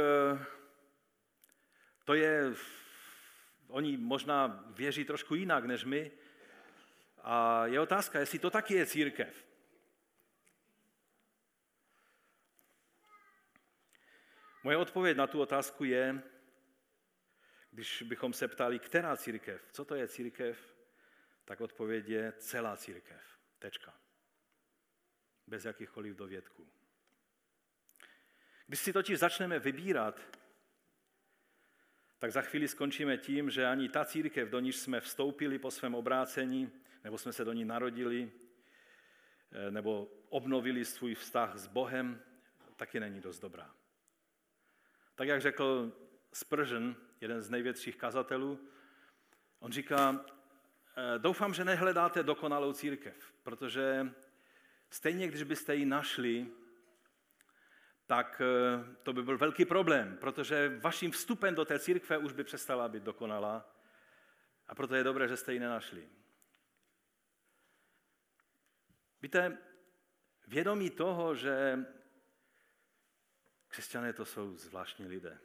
to je... Oni možná věří trošku jinak než my. A je otázka, jestli to taky je církev. Moje odpověď na tu otázku je, když bychom se ptali, která církev, co to je církev, tak odpověď je celá církev. Tečka. Bez jakýchkoliv dovědků. Když si totiž začneme vybírat, tak za chvíli skončíme tím, že ani ta církev, do níž jsme vstoupili po svém obrácení, nebo jsme se do ní narodili, nebo obnovili svůj vztah s Bohem, taky není dost dobrá. Tak jak řekl Spurgeon, jeden z největších kazatelů, on říká, doufám, že nehledáte dokonalou církev, protože stejně, když byste ji našli, tak to by byl velký problém, protože vaším vstupem do té církve už by přestala být dokonalá a proto je dobré, že jste ji nenašli. Víte, vědomí toho, že křesťané to jsou zvláštní lidé.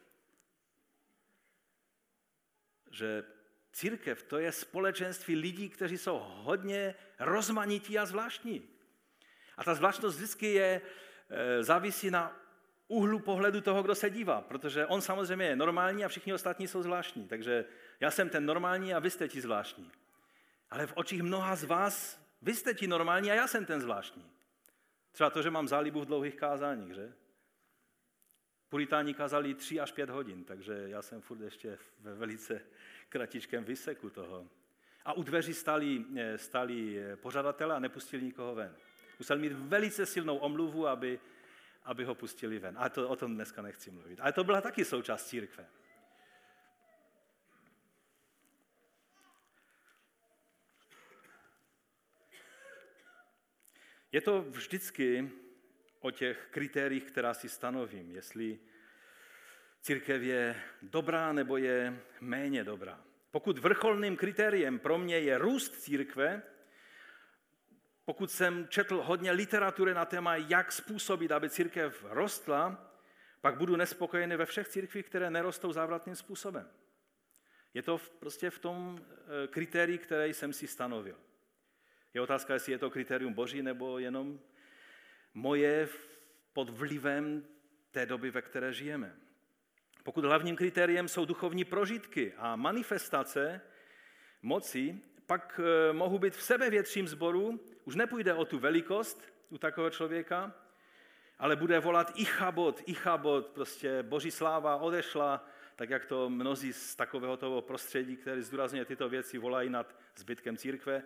Že církev to je společenství lidí, kteří jsou hodně rozmanití a zvláštní. A ta zvláštnost vždycky závisí na úhlu pohledu toho, kdo se dívá, protože on samozřejmě je normální a všichni ostatní jsou zvláštní. Takže já jsem ten normální a vy jste ti zvláštní. Ale v očích mnoha z vás, vy jste ti normální a já jsem ten zvláštní. Třeba to, že mám zálibu v dlouhých kázáních, že? Puritáni kázali 3 až 5 hodin, takže já jsem furt ještě ve velice kratičkém výseku toho. A u dveří stali pořadatelé a nepustili nikoho ven. Musel mít velice silnou omluvu, aby ho pustili ven. A o tom dneska nechci mluvit. Ale to byla taky součást církve. Je to vždycky o těch kritériích, která si stanovím, jestli církev je dobrá nebo je méně dobrá. Pokud vrcholným kritériem pro mě je růst církve, pokud jsem četl hodně literatury na téma, jak způsobit, aby církev rostla, pak budu nespokojený ve všech církvích, které nerostou závratným způsobem. Je to prostě v tom kritérii, které jsem si stanovil. Je otázka, jestli je to kritérium Boží, nebo jenom moje pod vlivem té doby, ve které žijeme. Pokud hlavním kritériem jsou duchovní prožitky a manifestace moci, pak mohu být v sebevětším sboru, už nepůjde o tu velikost u takového člověka, ale bude volat Ichabod, prostě Boží sláva odešla, tak jak to mnozí z takového toho prostředí, který zdůrazňuje tyto věci, volají nad zbytkem církve.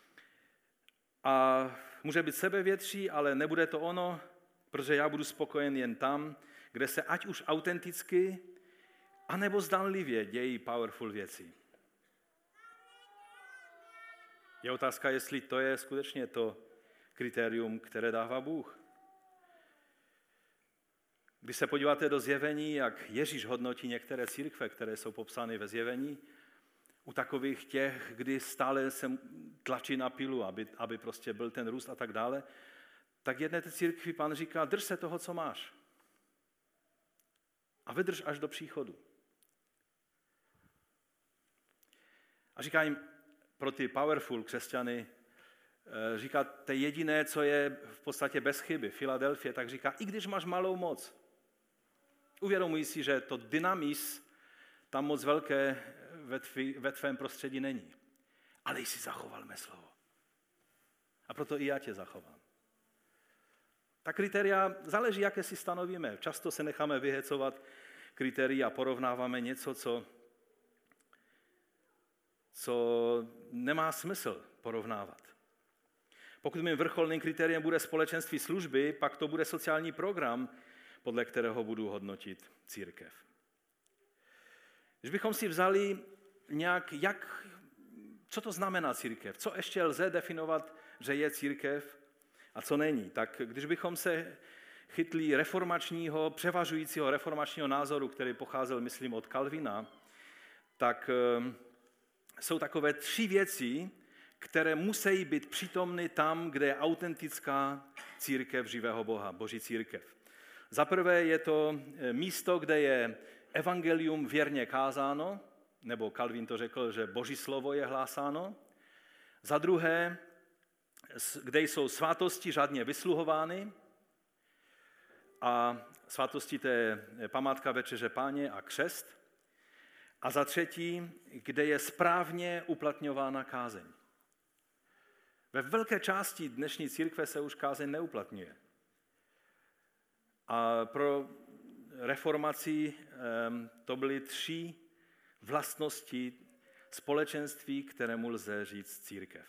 A může být sebevětší, ale nebude to ono, protože já budu spokojen jen tam, kde se ať už autenticky, anebo zdánlivě dějí powerful věci. Je otázka, jestli to je skutečně to kritérium, které dává Bůh. Když se podíváte do Zjevení, jak Ježíš hodnotí některé církve, které jsou popsány ve Zjevení, u takových těch, kdy stále se tlačí na pilu, aby prostě byl ten růst a tak dále, tak jedné té církvi Pán říká, drž se toho, co máš. A vydrž až do příchodu. A říká jim pro ty powerful křesťany, říká, to jediné, co je v podstatě bez chyby, Filadelfie, tak říká, i když máš malou moc, uvědomuj si, že to dynamis tam moc velké ve tvém prostředí není. Ale jsi zachoval mé slovo. A proto i já tě zachovám. Ta kritéria záleží, jaké si stanovíme. Často se necháme vyhecovat kritéria a porovnáváme něco, co nemá smysl porovnávat. Pokud mým vrcholným kritériem bude společenství služby, pak to bude sociální program, podle kterého budu hodnotit církev. Když bychom si vzali nějak, co to znamená církev, co ještě lze definovat, že je církev a co není, tak když bychom se chytli převažujícího reformačního názoru, který pocházel, myslím, od Calvina, tak jsou takové 3 věci, které musí být přítomny tam, kde je autentická církev živého Boha, Boží církev. Za prvé je to místo, kde je evangelium věrně kázáno, nebo Calvin to řekl, že Boží slovo je hlásáno. Za druhé, kde jsou svátosti řádně vysluhovány. A svátosti to je památka Večeře Páně a křest. A za třetí, kde je správně uplatňována kázeň. Ve velké části dnešní církve se už kázeň neuplatňuje. A pro reformaci to byly 3 vlastnosti společenství, kterému lze říct církev.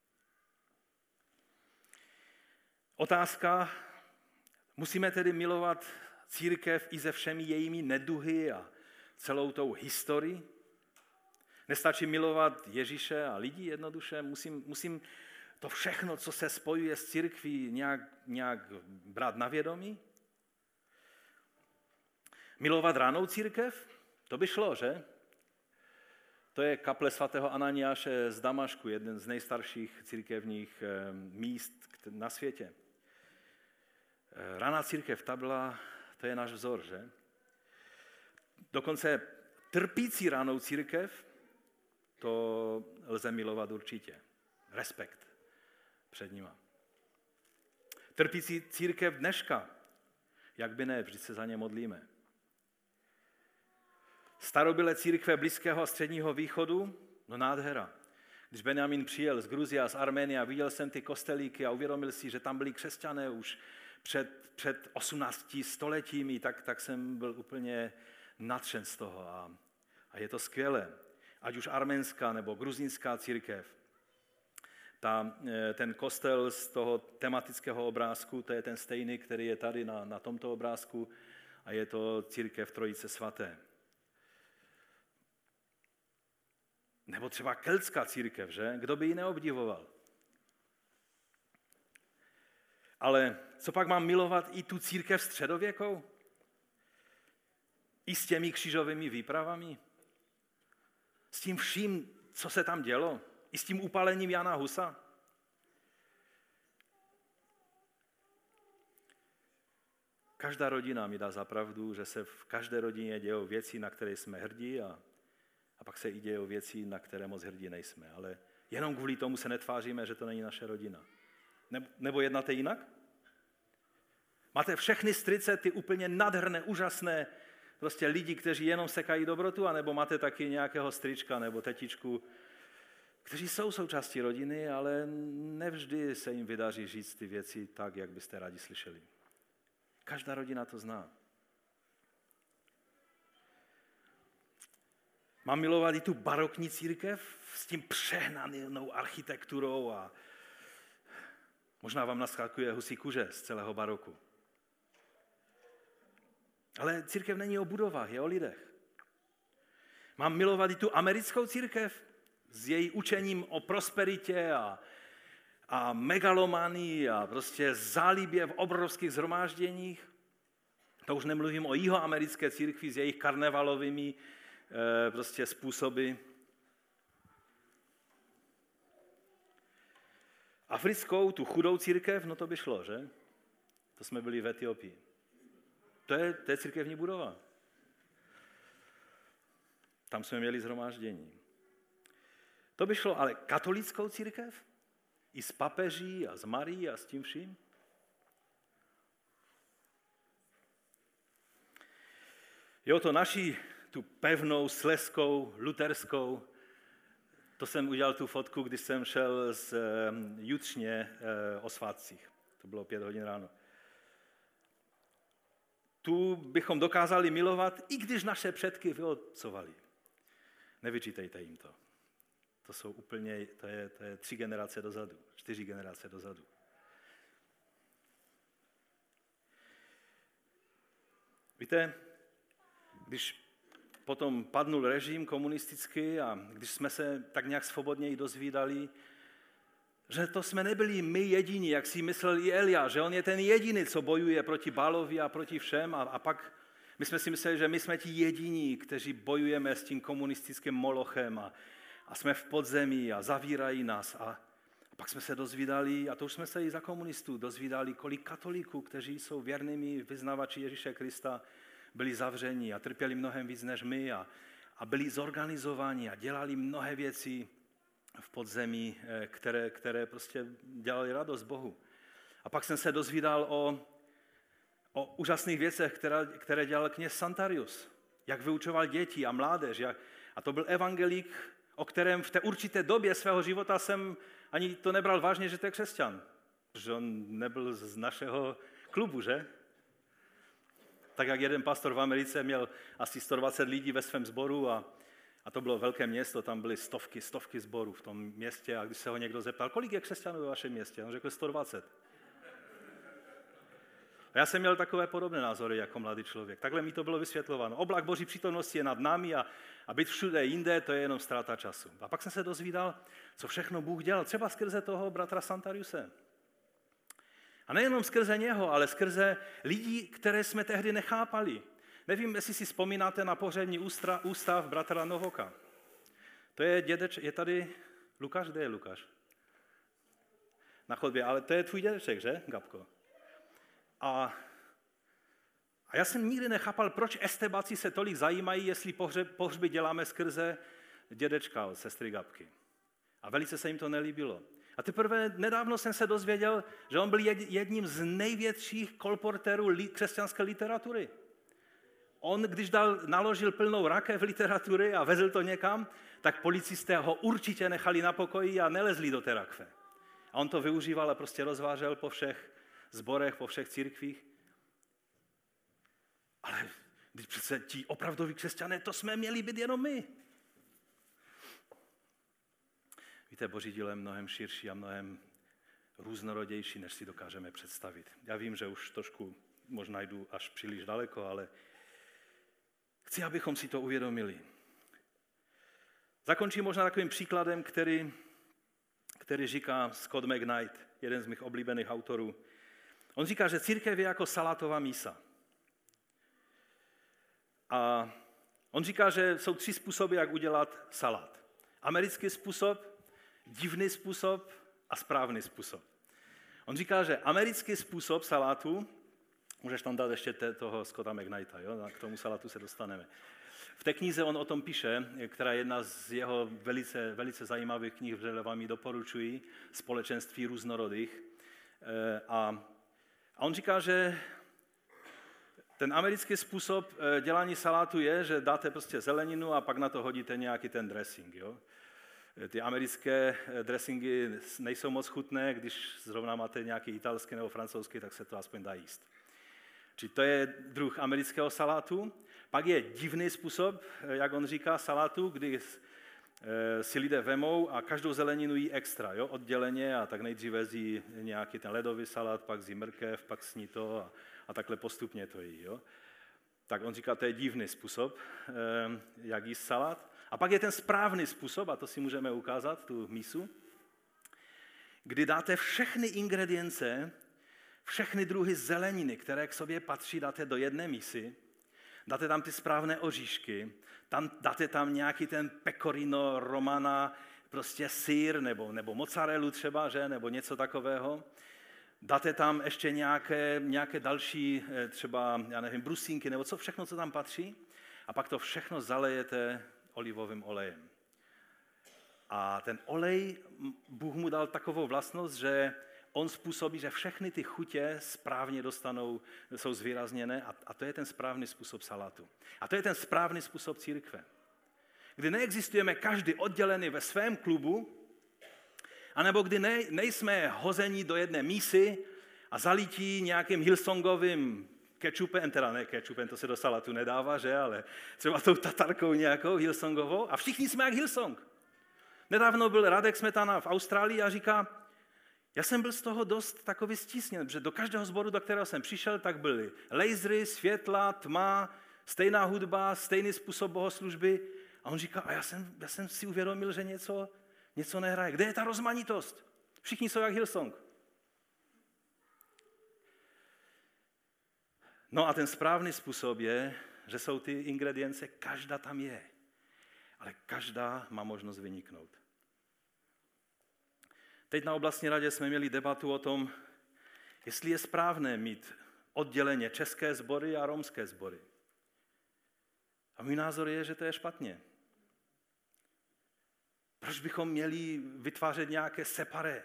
Otázka, musíme tedy milovat církev i se všemi jejími neduhy a celou tou historii? Nestačí milovat Ježíše a lidi jednoduše? Musím to všechno, co se spojuje s církví, nějak brát na vědomí? Milovat ranou církev? To by šlo, že? To je kaple svatého Ananiáše z Damašku, jeden z nejstarších církevních míst na světě. Raná církev, to je náš vzor, že? Dokonce trpící ranou církev, to lze milovat určitě. Respekt před nima. Trpící církev dneška, jak by ne, vždyť se za ně modlíme. Starobylé církve Blízkého a Středního východu, no nádhera. Když Benjamin přijel z Gruzie a z Arménie a viděl jsem ty kostelíky a uvědomil si, že tam byli křesťané už před 18 stoletími, tak jsem byl úplně nadšen z toho a je to skvělé. ať už arménská nebo gruzínská církev. Ten kostel z toho tematického obrázku, to je ten stejný, který je tady na tomto obrázku, a je to církev Trojice svaté. Nebo třeba keltská církev, že? Kdo by ji neobdivoval? Ale co pak mám milovat i tu církev středověkou? I s těmi křížovými výpravami? S tím vším, co se tam dělo? I s tím upálením Jana Husa? Každá rodina mi dá za pravdu, že se v každé rodině dějou věci, na které jsme hrdí, a pak se i dějou věci, na které moc hrdí nejsme. Ale jenom kvůli tomu se netváříme, že to není naše rodina. Nebo jednáte jinak? Máte všechny strýce, ty úplně nádherné, úžasné prostě lidi, kteří jenom sekají dobrotu, anebo máte taky nějakého strýčka nebo tetičku, kteří jsou součástí rodiny, ale nevždy se jim vydaří říct ty věci tak, jak byste rádi slyšeli. Každá rodina to zná. Mám milovat i tu barokní církev s tím přehnanou architekturou a možná vám naskakuje husí kůže z celého baroku. Ale církev není o budovách, je o lidech. Mám milovat i tu americkou církev s její učením o prosperitě a megalomanii a prostě zálibě v obrovských shromážděních. To už nemluvím o jihoamerické církvi s jejich karnevalovými prostě způsoby. Africkou, tu chudou církev, no to by šlo, že? To jsme byli v Etiopii. To je církevní budova. Tam jsme měli shromáždění. To by šlo, ale katolickou církev? I s papeží a s Marií a s tím vším? Jo, to naši, tu pevnou, slezskou, luterskou, to jsem udělal tu fotku, když jsem šel z Jutřně o svátcích. To bylo 5 hodin ráno. Tu bychom dokázali milovat, i když naše předky vyotcovali. Nevyčítejte jim to. To jsou úplně, to je 3 generace dozadu, 4 generace dozadu. Víte, když potom padnul režim komunistický a když jsme se tak nějak svobodněji dozvídali, že to jsme nebyli my jediní, jak si myslel i Elia, že on je ten jediný, co bojuje proti Bálovi a proti všem, a pak my jsme si mysleli, že my jsme ti jediní, kteří bojujeme s tím komunistickým molochem a jsme v podzemí a zavírají nás. A pak jsme se dozvídali, a to už jsme se i za komunistů dozvídali, kolik katolíků, kteří jsou věrnými vyznavači Ježíše Krista, byli zavřeni a trpěli mnohem víc než my a byli zorganizovaní a dělali mnohé věci v podzemí, které prostě dělali radost Bohu. A pak jsem se dozvídal o úžasných věcech, které dělal kněz Santarius. Jak vyučoval děti a mládež. A to byl evangelík, o kterém v té určité době svého života jsem ani to nebral vážně, že to je křesťan. Protože on nebyl z našeho klubu, že? Tak jak jeden pastor v Americe měl asi 120 lidí ve svém sboru a to bylo velké město, tam byly stovky sborů v tom městě, a když se ho někdo zeptal, kolik je křesťanů ve vašem městě, on řekl 120. A já jsem měl takové podobné názory jako mladý člověk. Takhle mi to bylo vysvětlováno. Oblak Boží přítomnosti je nad námi a být všude jinde, to je jenom ztráta času. A pak jsem se dozvídal, co všechno Bůh dělal, třeba skrze toho bratra Santariuse. A nejenom skrze něho, ale skrze lidí, které jsme tehdy nechápali. Nevím, jestli si vzpomínáte na pohřební ústav bratra Novoka. To je je tady Lukáš, kde je Lukáš? Na chodbě, ale to je tvůj dědeček, že, Gabko? A já jsem nikdy nechápal, proč estebáci se tolik zajímají, jestli pohřby děláme skrze dědečka od sestry Gabky. A velice se jim to nelíbilo. A teprve nedávno jsem se dozvěděl, že on byl jedním z největších kolportérů křesťanské literatury. On, když naložil plnou rakev literatury a vezl to někam, tak policisté ho určitě nechali na pokoji a nelezli do té rakve. A on to využíval a prostě rozvážel po všech zborech, po všech církvích. Ale když přece ti opravdoví křesťané, to jsme měli být jenom my. Víte, Boží dílo je mnohem širší a mnohem různorodější, než si dokážeme představit. Já vím, že už trošku možná jdu až příliš daleko, ale chci, abychom si to uvědomili. Zakončím možná takovým příkladem, který říká Scott McKnight, jeden z mých oblíbených autorů. On říká, že církev je jako salátová mísa. A on říká, že jsou 3 způsoby, jak udělat salát. Americký způsob, divný způsob a správný způsob. On říká, že americký způsob salátu, můžeš tam dát ještě toho Scotta McKnighta, jo? K tomu salátu se dostaneme. V té knize on o tom píše, která je jedna z jeho velice, velice zajímavých knih, vřele vám ji doporučuji, Společenství různorodých. A on říká, že ten americký způsob dělání salátu je, že dáte prostě zeleninu a pak na to hodíte nějaký ten dressing. Jo? Ty americké dressingy nejsou moc chutné, když zrovna máte nějaký italský nebo francouzský, tak se to aspoň dá jíst. Čili to je druh amerického salátu. Pak je divný způsob, jak on říká, salátu, kdy si lidé vemou a každou zeleninu jí extra, jo, odděleně a tak nejdříve zjí nějaký ten ledový salát, pak zjí mrkev, pak sní to a takhle postupně to jí. Jo. Tak on říká, to je divný způsob, jak jíst salát. A pak je ten správný způsob, a to si můžeme ukázat, tu mísu, kdy dáte všechny ingredience, všechny druhy zeleniny, které k sobě patří, dáte do jedné mísy, dáte tam ty správné oříšky, dáte tam nějaký ten pecorino romana, prostě sýr nebo mozzarellu třeba, že? Nebo něco takového. Dáte tam ještě nějaké další, třeba, já nevím, brusínky, nebo co všechno, co tam patří. A pak to všechno zalejete olivovým olejem. A ten olej, Bůh mu dal takovou vlastnost, že on způsobí, že všechny ty chutě správně jsou zvýrazněné a to je ten správný způsob salátu. A to je ten správný způsob církve. Kdy neexistujeme každý oddělený ve svém klubu, anebo kdy nejsme hození do jedné mísy a zalití nějakým Hillsongovým kečupem, teda ne kečupem, to se do salátu nedává, že, ale třeba tou tatarkou nějakou Hillsongovou a všichni jsme jak Hillsong. Nedávno byl Radek Smetana v Austrálii a říká, já jsem byl z toho dost takový stísněn, protože do každého sboru, do kterého jsem přišel, tak byly lasery, světla, tma, stejná hudba, stejný způsob bohoslužby. A on říká, a já jsem si uvědomil, že něco nehraje. Kde je ta rozmanitost? Všichni jsou jak Hillsong. No a ten správný způsob je, že jsou ty ingredience, každá tam je. Ale každá má možnost vyniknout. Teď na oblastní radě jsme měli debatu o tom, jestli je správné mít odděleně české sbory a romské sbory. A můj názor je, že to je špatně. Proč bychom měli vytvářet nějaké separé?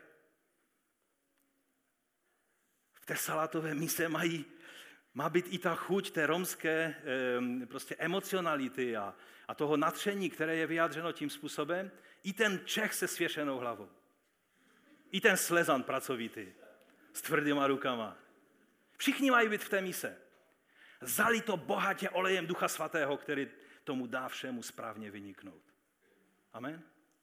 V té salátové mise má být i ta chuť té romské prostě emocionality a toho nadšení, které je vyjádřeno tím způsobem, i ten Čech se svěšenou hlavou. I ten Slezan pracovitý, s tvrdýma rukama. Všichni mají být v té mise. Zalito bohatě olejem Ducha Svatého, který tomu dá všemu správně vyniknout. Amen?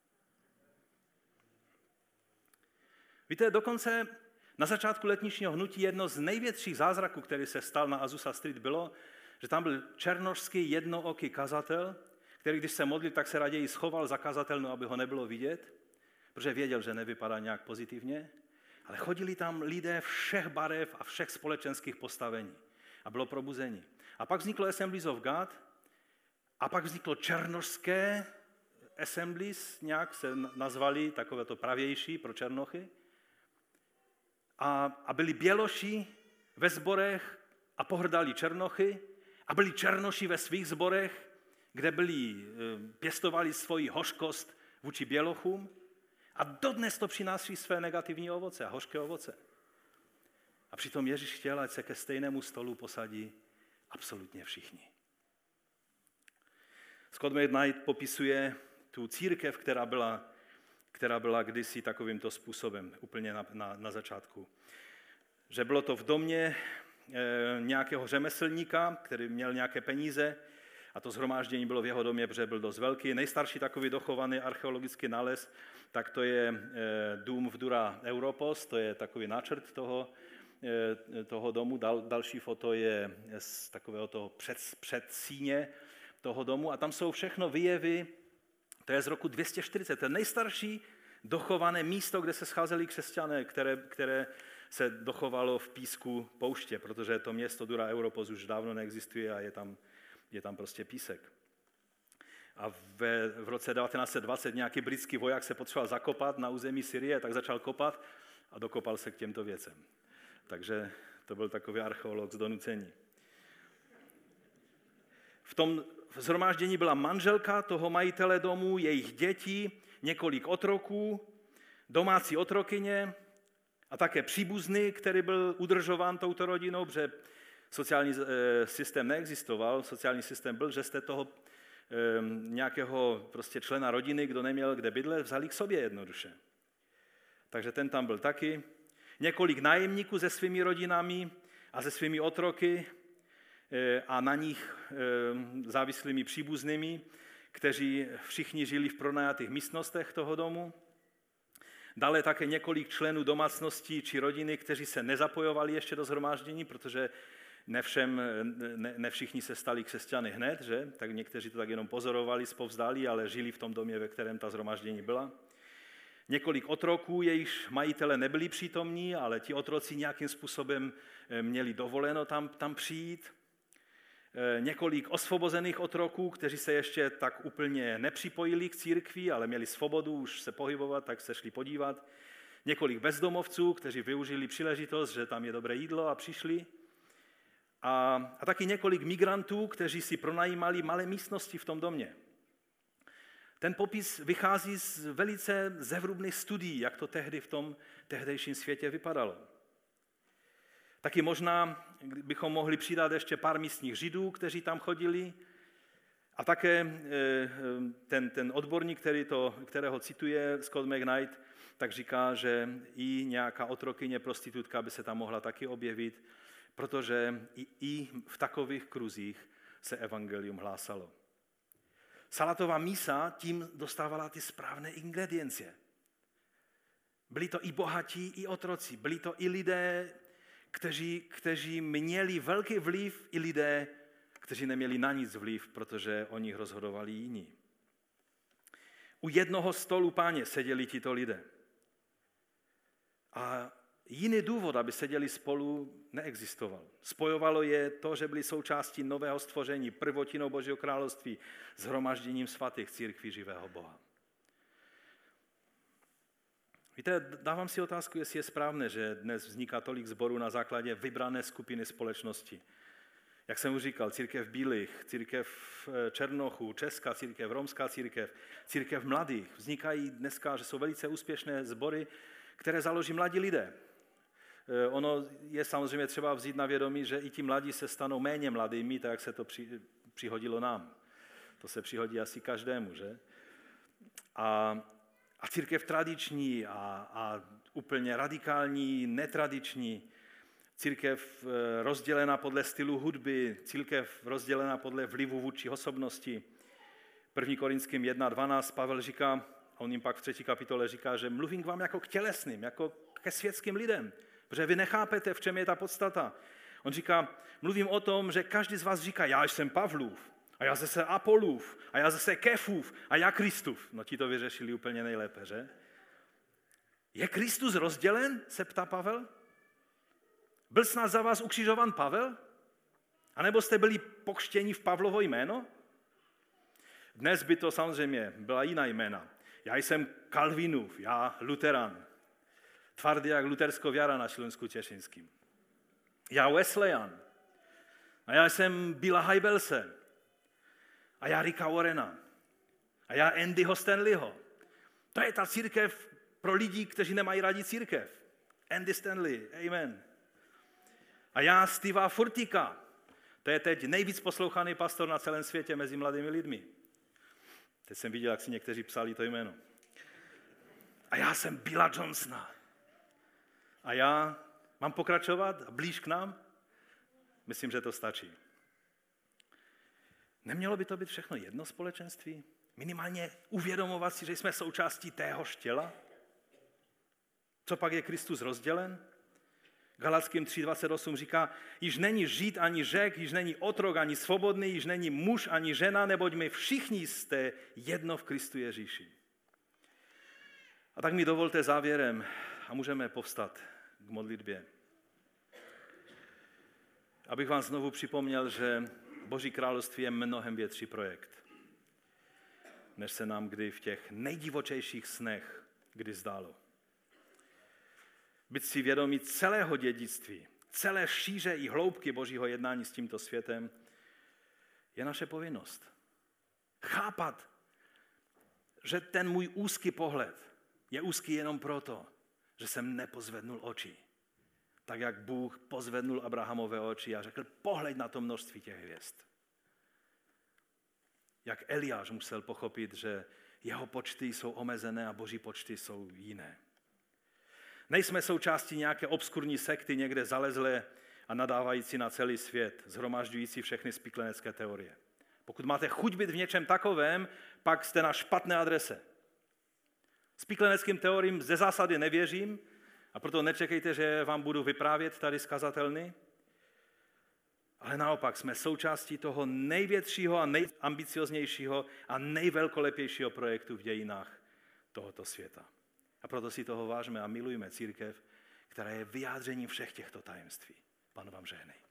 Víte, dokonce na začátku letničního hnutí jedno z největších zázraků, který se stal na Azusa Street, bylo, že tam byl černošský jednooký kazatel, který když se modlil, tak se raději schoval za kazatelnu, aby ho nebylo vidět, protože věděl, že nevypadá nějak pozitivně, ale chodili tam lidé všech barev a všech společenských postavení a bylo probuzení. A pak vzniklo Assemblies of God a pak vzniklo černošské Assemblies, nějak se nazvali, takové to pravější pro černochy. A byli běloši ve sborech a pohrdali černochy a byli černoši ve svých sborech, kde pěstovali svoji hořkost vůči bělochům a dodnes to přináší své negativní ovoce a hořké ovoce. A přitom Ježíš chtěl, ať se ke stejnému stolu posadí absolutně všichni. Scott McKnight popisuje tu církev, která byla kdysi takovýmto způsobem, úplně na začátku. Že bylo to v domě nějakého řemeslníka, který měl nějaké peníze A to shromáždění bylo v jeho domě, protože byl dost velký. Nejstarší takový dochovaný archeologický nález, tak to je dům v Dura Europos, to je takový náčrt toho domu. Další foto je z takového toho předsíně toho domu. A tam jsou všechno výjevy, to je z roku 240, to je nejstarší dochované místo, kde se scházeli křesťané, které se dochovalo v písku pouště, protože to město Dura Europos už dávno neexistuje a je tam prostě písek. A v roce 1920 nějaký britský voják se potřeboval zakopat na území Syrie, tak začal kopat a dokopal se k těmto věcem. Takže to byl takový archeolog z donucení. V tom shromáždění byla manželka toho majitele domu, jejich děti, několik otroků, domácí otrokyně a také příbuzný, který byl udržován touto rodinou, protože sociální systém neexistoval. Sociální systém byl, že jste toho nějakého prostě člena rodiny, kdo neměl kde bydlet, vzali k sobě jednoduše. Takže ten tam byl taky. Několik nájemníků se svými rodinami a se svými otroky a na nich závislými příbuznými, kteří všichni žili v pronajatých místnostech toho domu. Dále také několik členů domácností či rodiny, kteří se nezapojovali ještě do shromáždění, protože ne všichni se stali křesťany hned, že? Tak někteří to tak jenom pozorovali zpovzdálí, ale žili v tom domě, ve kterém ta shromáždění byla. Několik otroků, jejichž majitele nebyli přítomní, ale ti otroci nějakým způsobem měli dovoleno tam přijít. Několik osvobozených otroků, kteří se ještě tak úplně nepřipojili k církvi, ale měli svobodu už se pohybovat, tak se šli podívat. Několik bezdomovců, kteří využili příležitost, že tam je dobré jídlo a přišli. A taky několik migrantů, kteří si pronajímali malé místnosti v tom domě. Ten popis vychází z velice zevrubných studií, jak to tehdy v tom tehdejším světě vypadalo. Taky možná bychom mohli přidat ještě pár místních Židů, kteří tam chodili. A také ten odborník, kterého cituje Scott McKnight, tak říká, že i nějaká otrokyně, prostitutka by se tam mohla taky objevit, protože i v takových kruzích se evangelium hlásalo. Salatová mísa tím dostávala ty správné ingrediencie. Byli to i bohatí, i otroci. Byli to i lidé, kteří měli velký vliv, i lidé, kteří neměli na nic vliv, protože o nich rozhodovali jiní. U jednoho stolu Páně seděli tito lidé. A jiný důvod, aby seděli spolu, neexistoval. Spojovalo je to, že byli součástí nového stvoření, prvotinou Božího království, shromažděním svatých církví živého Boha. Víte, dávám si otázku, jestli je správné, že dnes vzniká tolik sborů na základě vybrané skupiny společnosti. Jak jsem už říkal, církev Bílých, církev Černochů, Česká církev, Romská církev, církev mladých. Vznikají dneska, že jsou velice úspěšné sbory, které založí mladí lidé. Ono je samozřejmě třeba vzít na vědomí, že i ti mladí se stanou méně mladými, tak jak se to přihodilo nám. To se přihodí asi každému, že? A církev tradiční a úplně radikální, netradiční, církev rozdělená podle stylu hudby, církev rozdělená podle vlivu vůdčích osobností. 1. Korinským 1.12 Pavel říká, a on jim pak v 3. kapitole říká, že mluvím k vám jako k tělesným, jako ke světským lidem, protože vy nechápete, v čem je ta podstata. On říká, mluvím o tom, že každý z vás říká, já jsem Pavlův, a já zase Apolův, a já zase Kefův, a já Kristův. No ti to vyřešili úplně nejlépe, že? Je Kristus rozdělen, se ptá Pavel? Byl snad za vás ukřižovan Pavel? A nebo jste byli pokřtěni v Pavlovo jméno? Dnes by to samozřejmě byla jiná jména. Já jsem Kalvinův, já Luteran. Tvrdý jak luterská věra na Śląsku Těšinským. Já Wesleyan. A já jsem Billa Hybelse. A já Ricka Warrena. A já Andyho Stanleyho. To je ta církev pro lidi, kteří nemají rádi církev. Andy Stanley, amen. A já Steva Furtika. To je teď nejvíc poslouchaný pastor na celém světě mezi mladými lidmi. Teď jsem viděl, jak si někteří psali to jméno. A já jsem Billa Johnsona. A já mám pokračovat blíž k nám? Myslím, že to stačí. Nemělo by to být všechno jedno společenství? Minimálně uvědomovat si, že jsme součástí téhož těla? Co pak je Kristus rozdělen? Galackým 3:28 říká, již není Žid ani Řek, již není otrok ani svobodný, již není muž ani žena, neboť my všichni jste jedno v Kristu Ježíši. A tak mi dovolte závěrem, a můžeme povstat k modlitbě, abych vám znovu připomněl, že Boží království je mnohem větší projekt, než se nám kdy v těch nejdivočejších snech kdy zdálo. Být si vědomí celého dědictví, celé šíře i hloubky Božího jednání s tímto světem je naše povinnost. Chápat, že ten můj úzký pohled je úzký jenom proto, že jsem nepozvednul oči. Tak jak Bůh pozvednul Abrahamové oči a řekl, pohleď na to množství těch hvězd. Jak Eliáš musel pochopit, že jeho počty jsou omezené a Boží počty jsou jiné. Nejsme součástí nějaké obskurní sekty někde zalezlé a nadávající na celý svět, shromažďující všechny spiklenecké teorie. Pokud máte chuť být v něčem takovém, pak jste na špatné adrese. Spikleneckým teoriím ze zásady nevěřím a proto nečekejte, že vám budu vyprávět tady z kazatelny, ale naopak jsme součástí toho největšího a nejambicioznějšího a nejvelkolepějšího projektu v dějinách tohoto světa. A proto si toho vážme a milujme církev, která je vyjádřením všech těchto tajemství. Pán vám žehnej.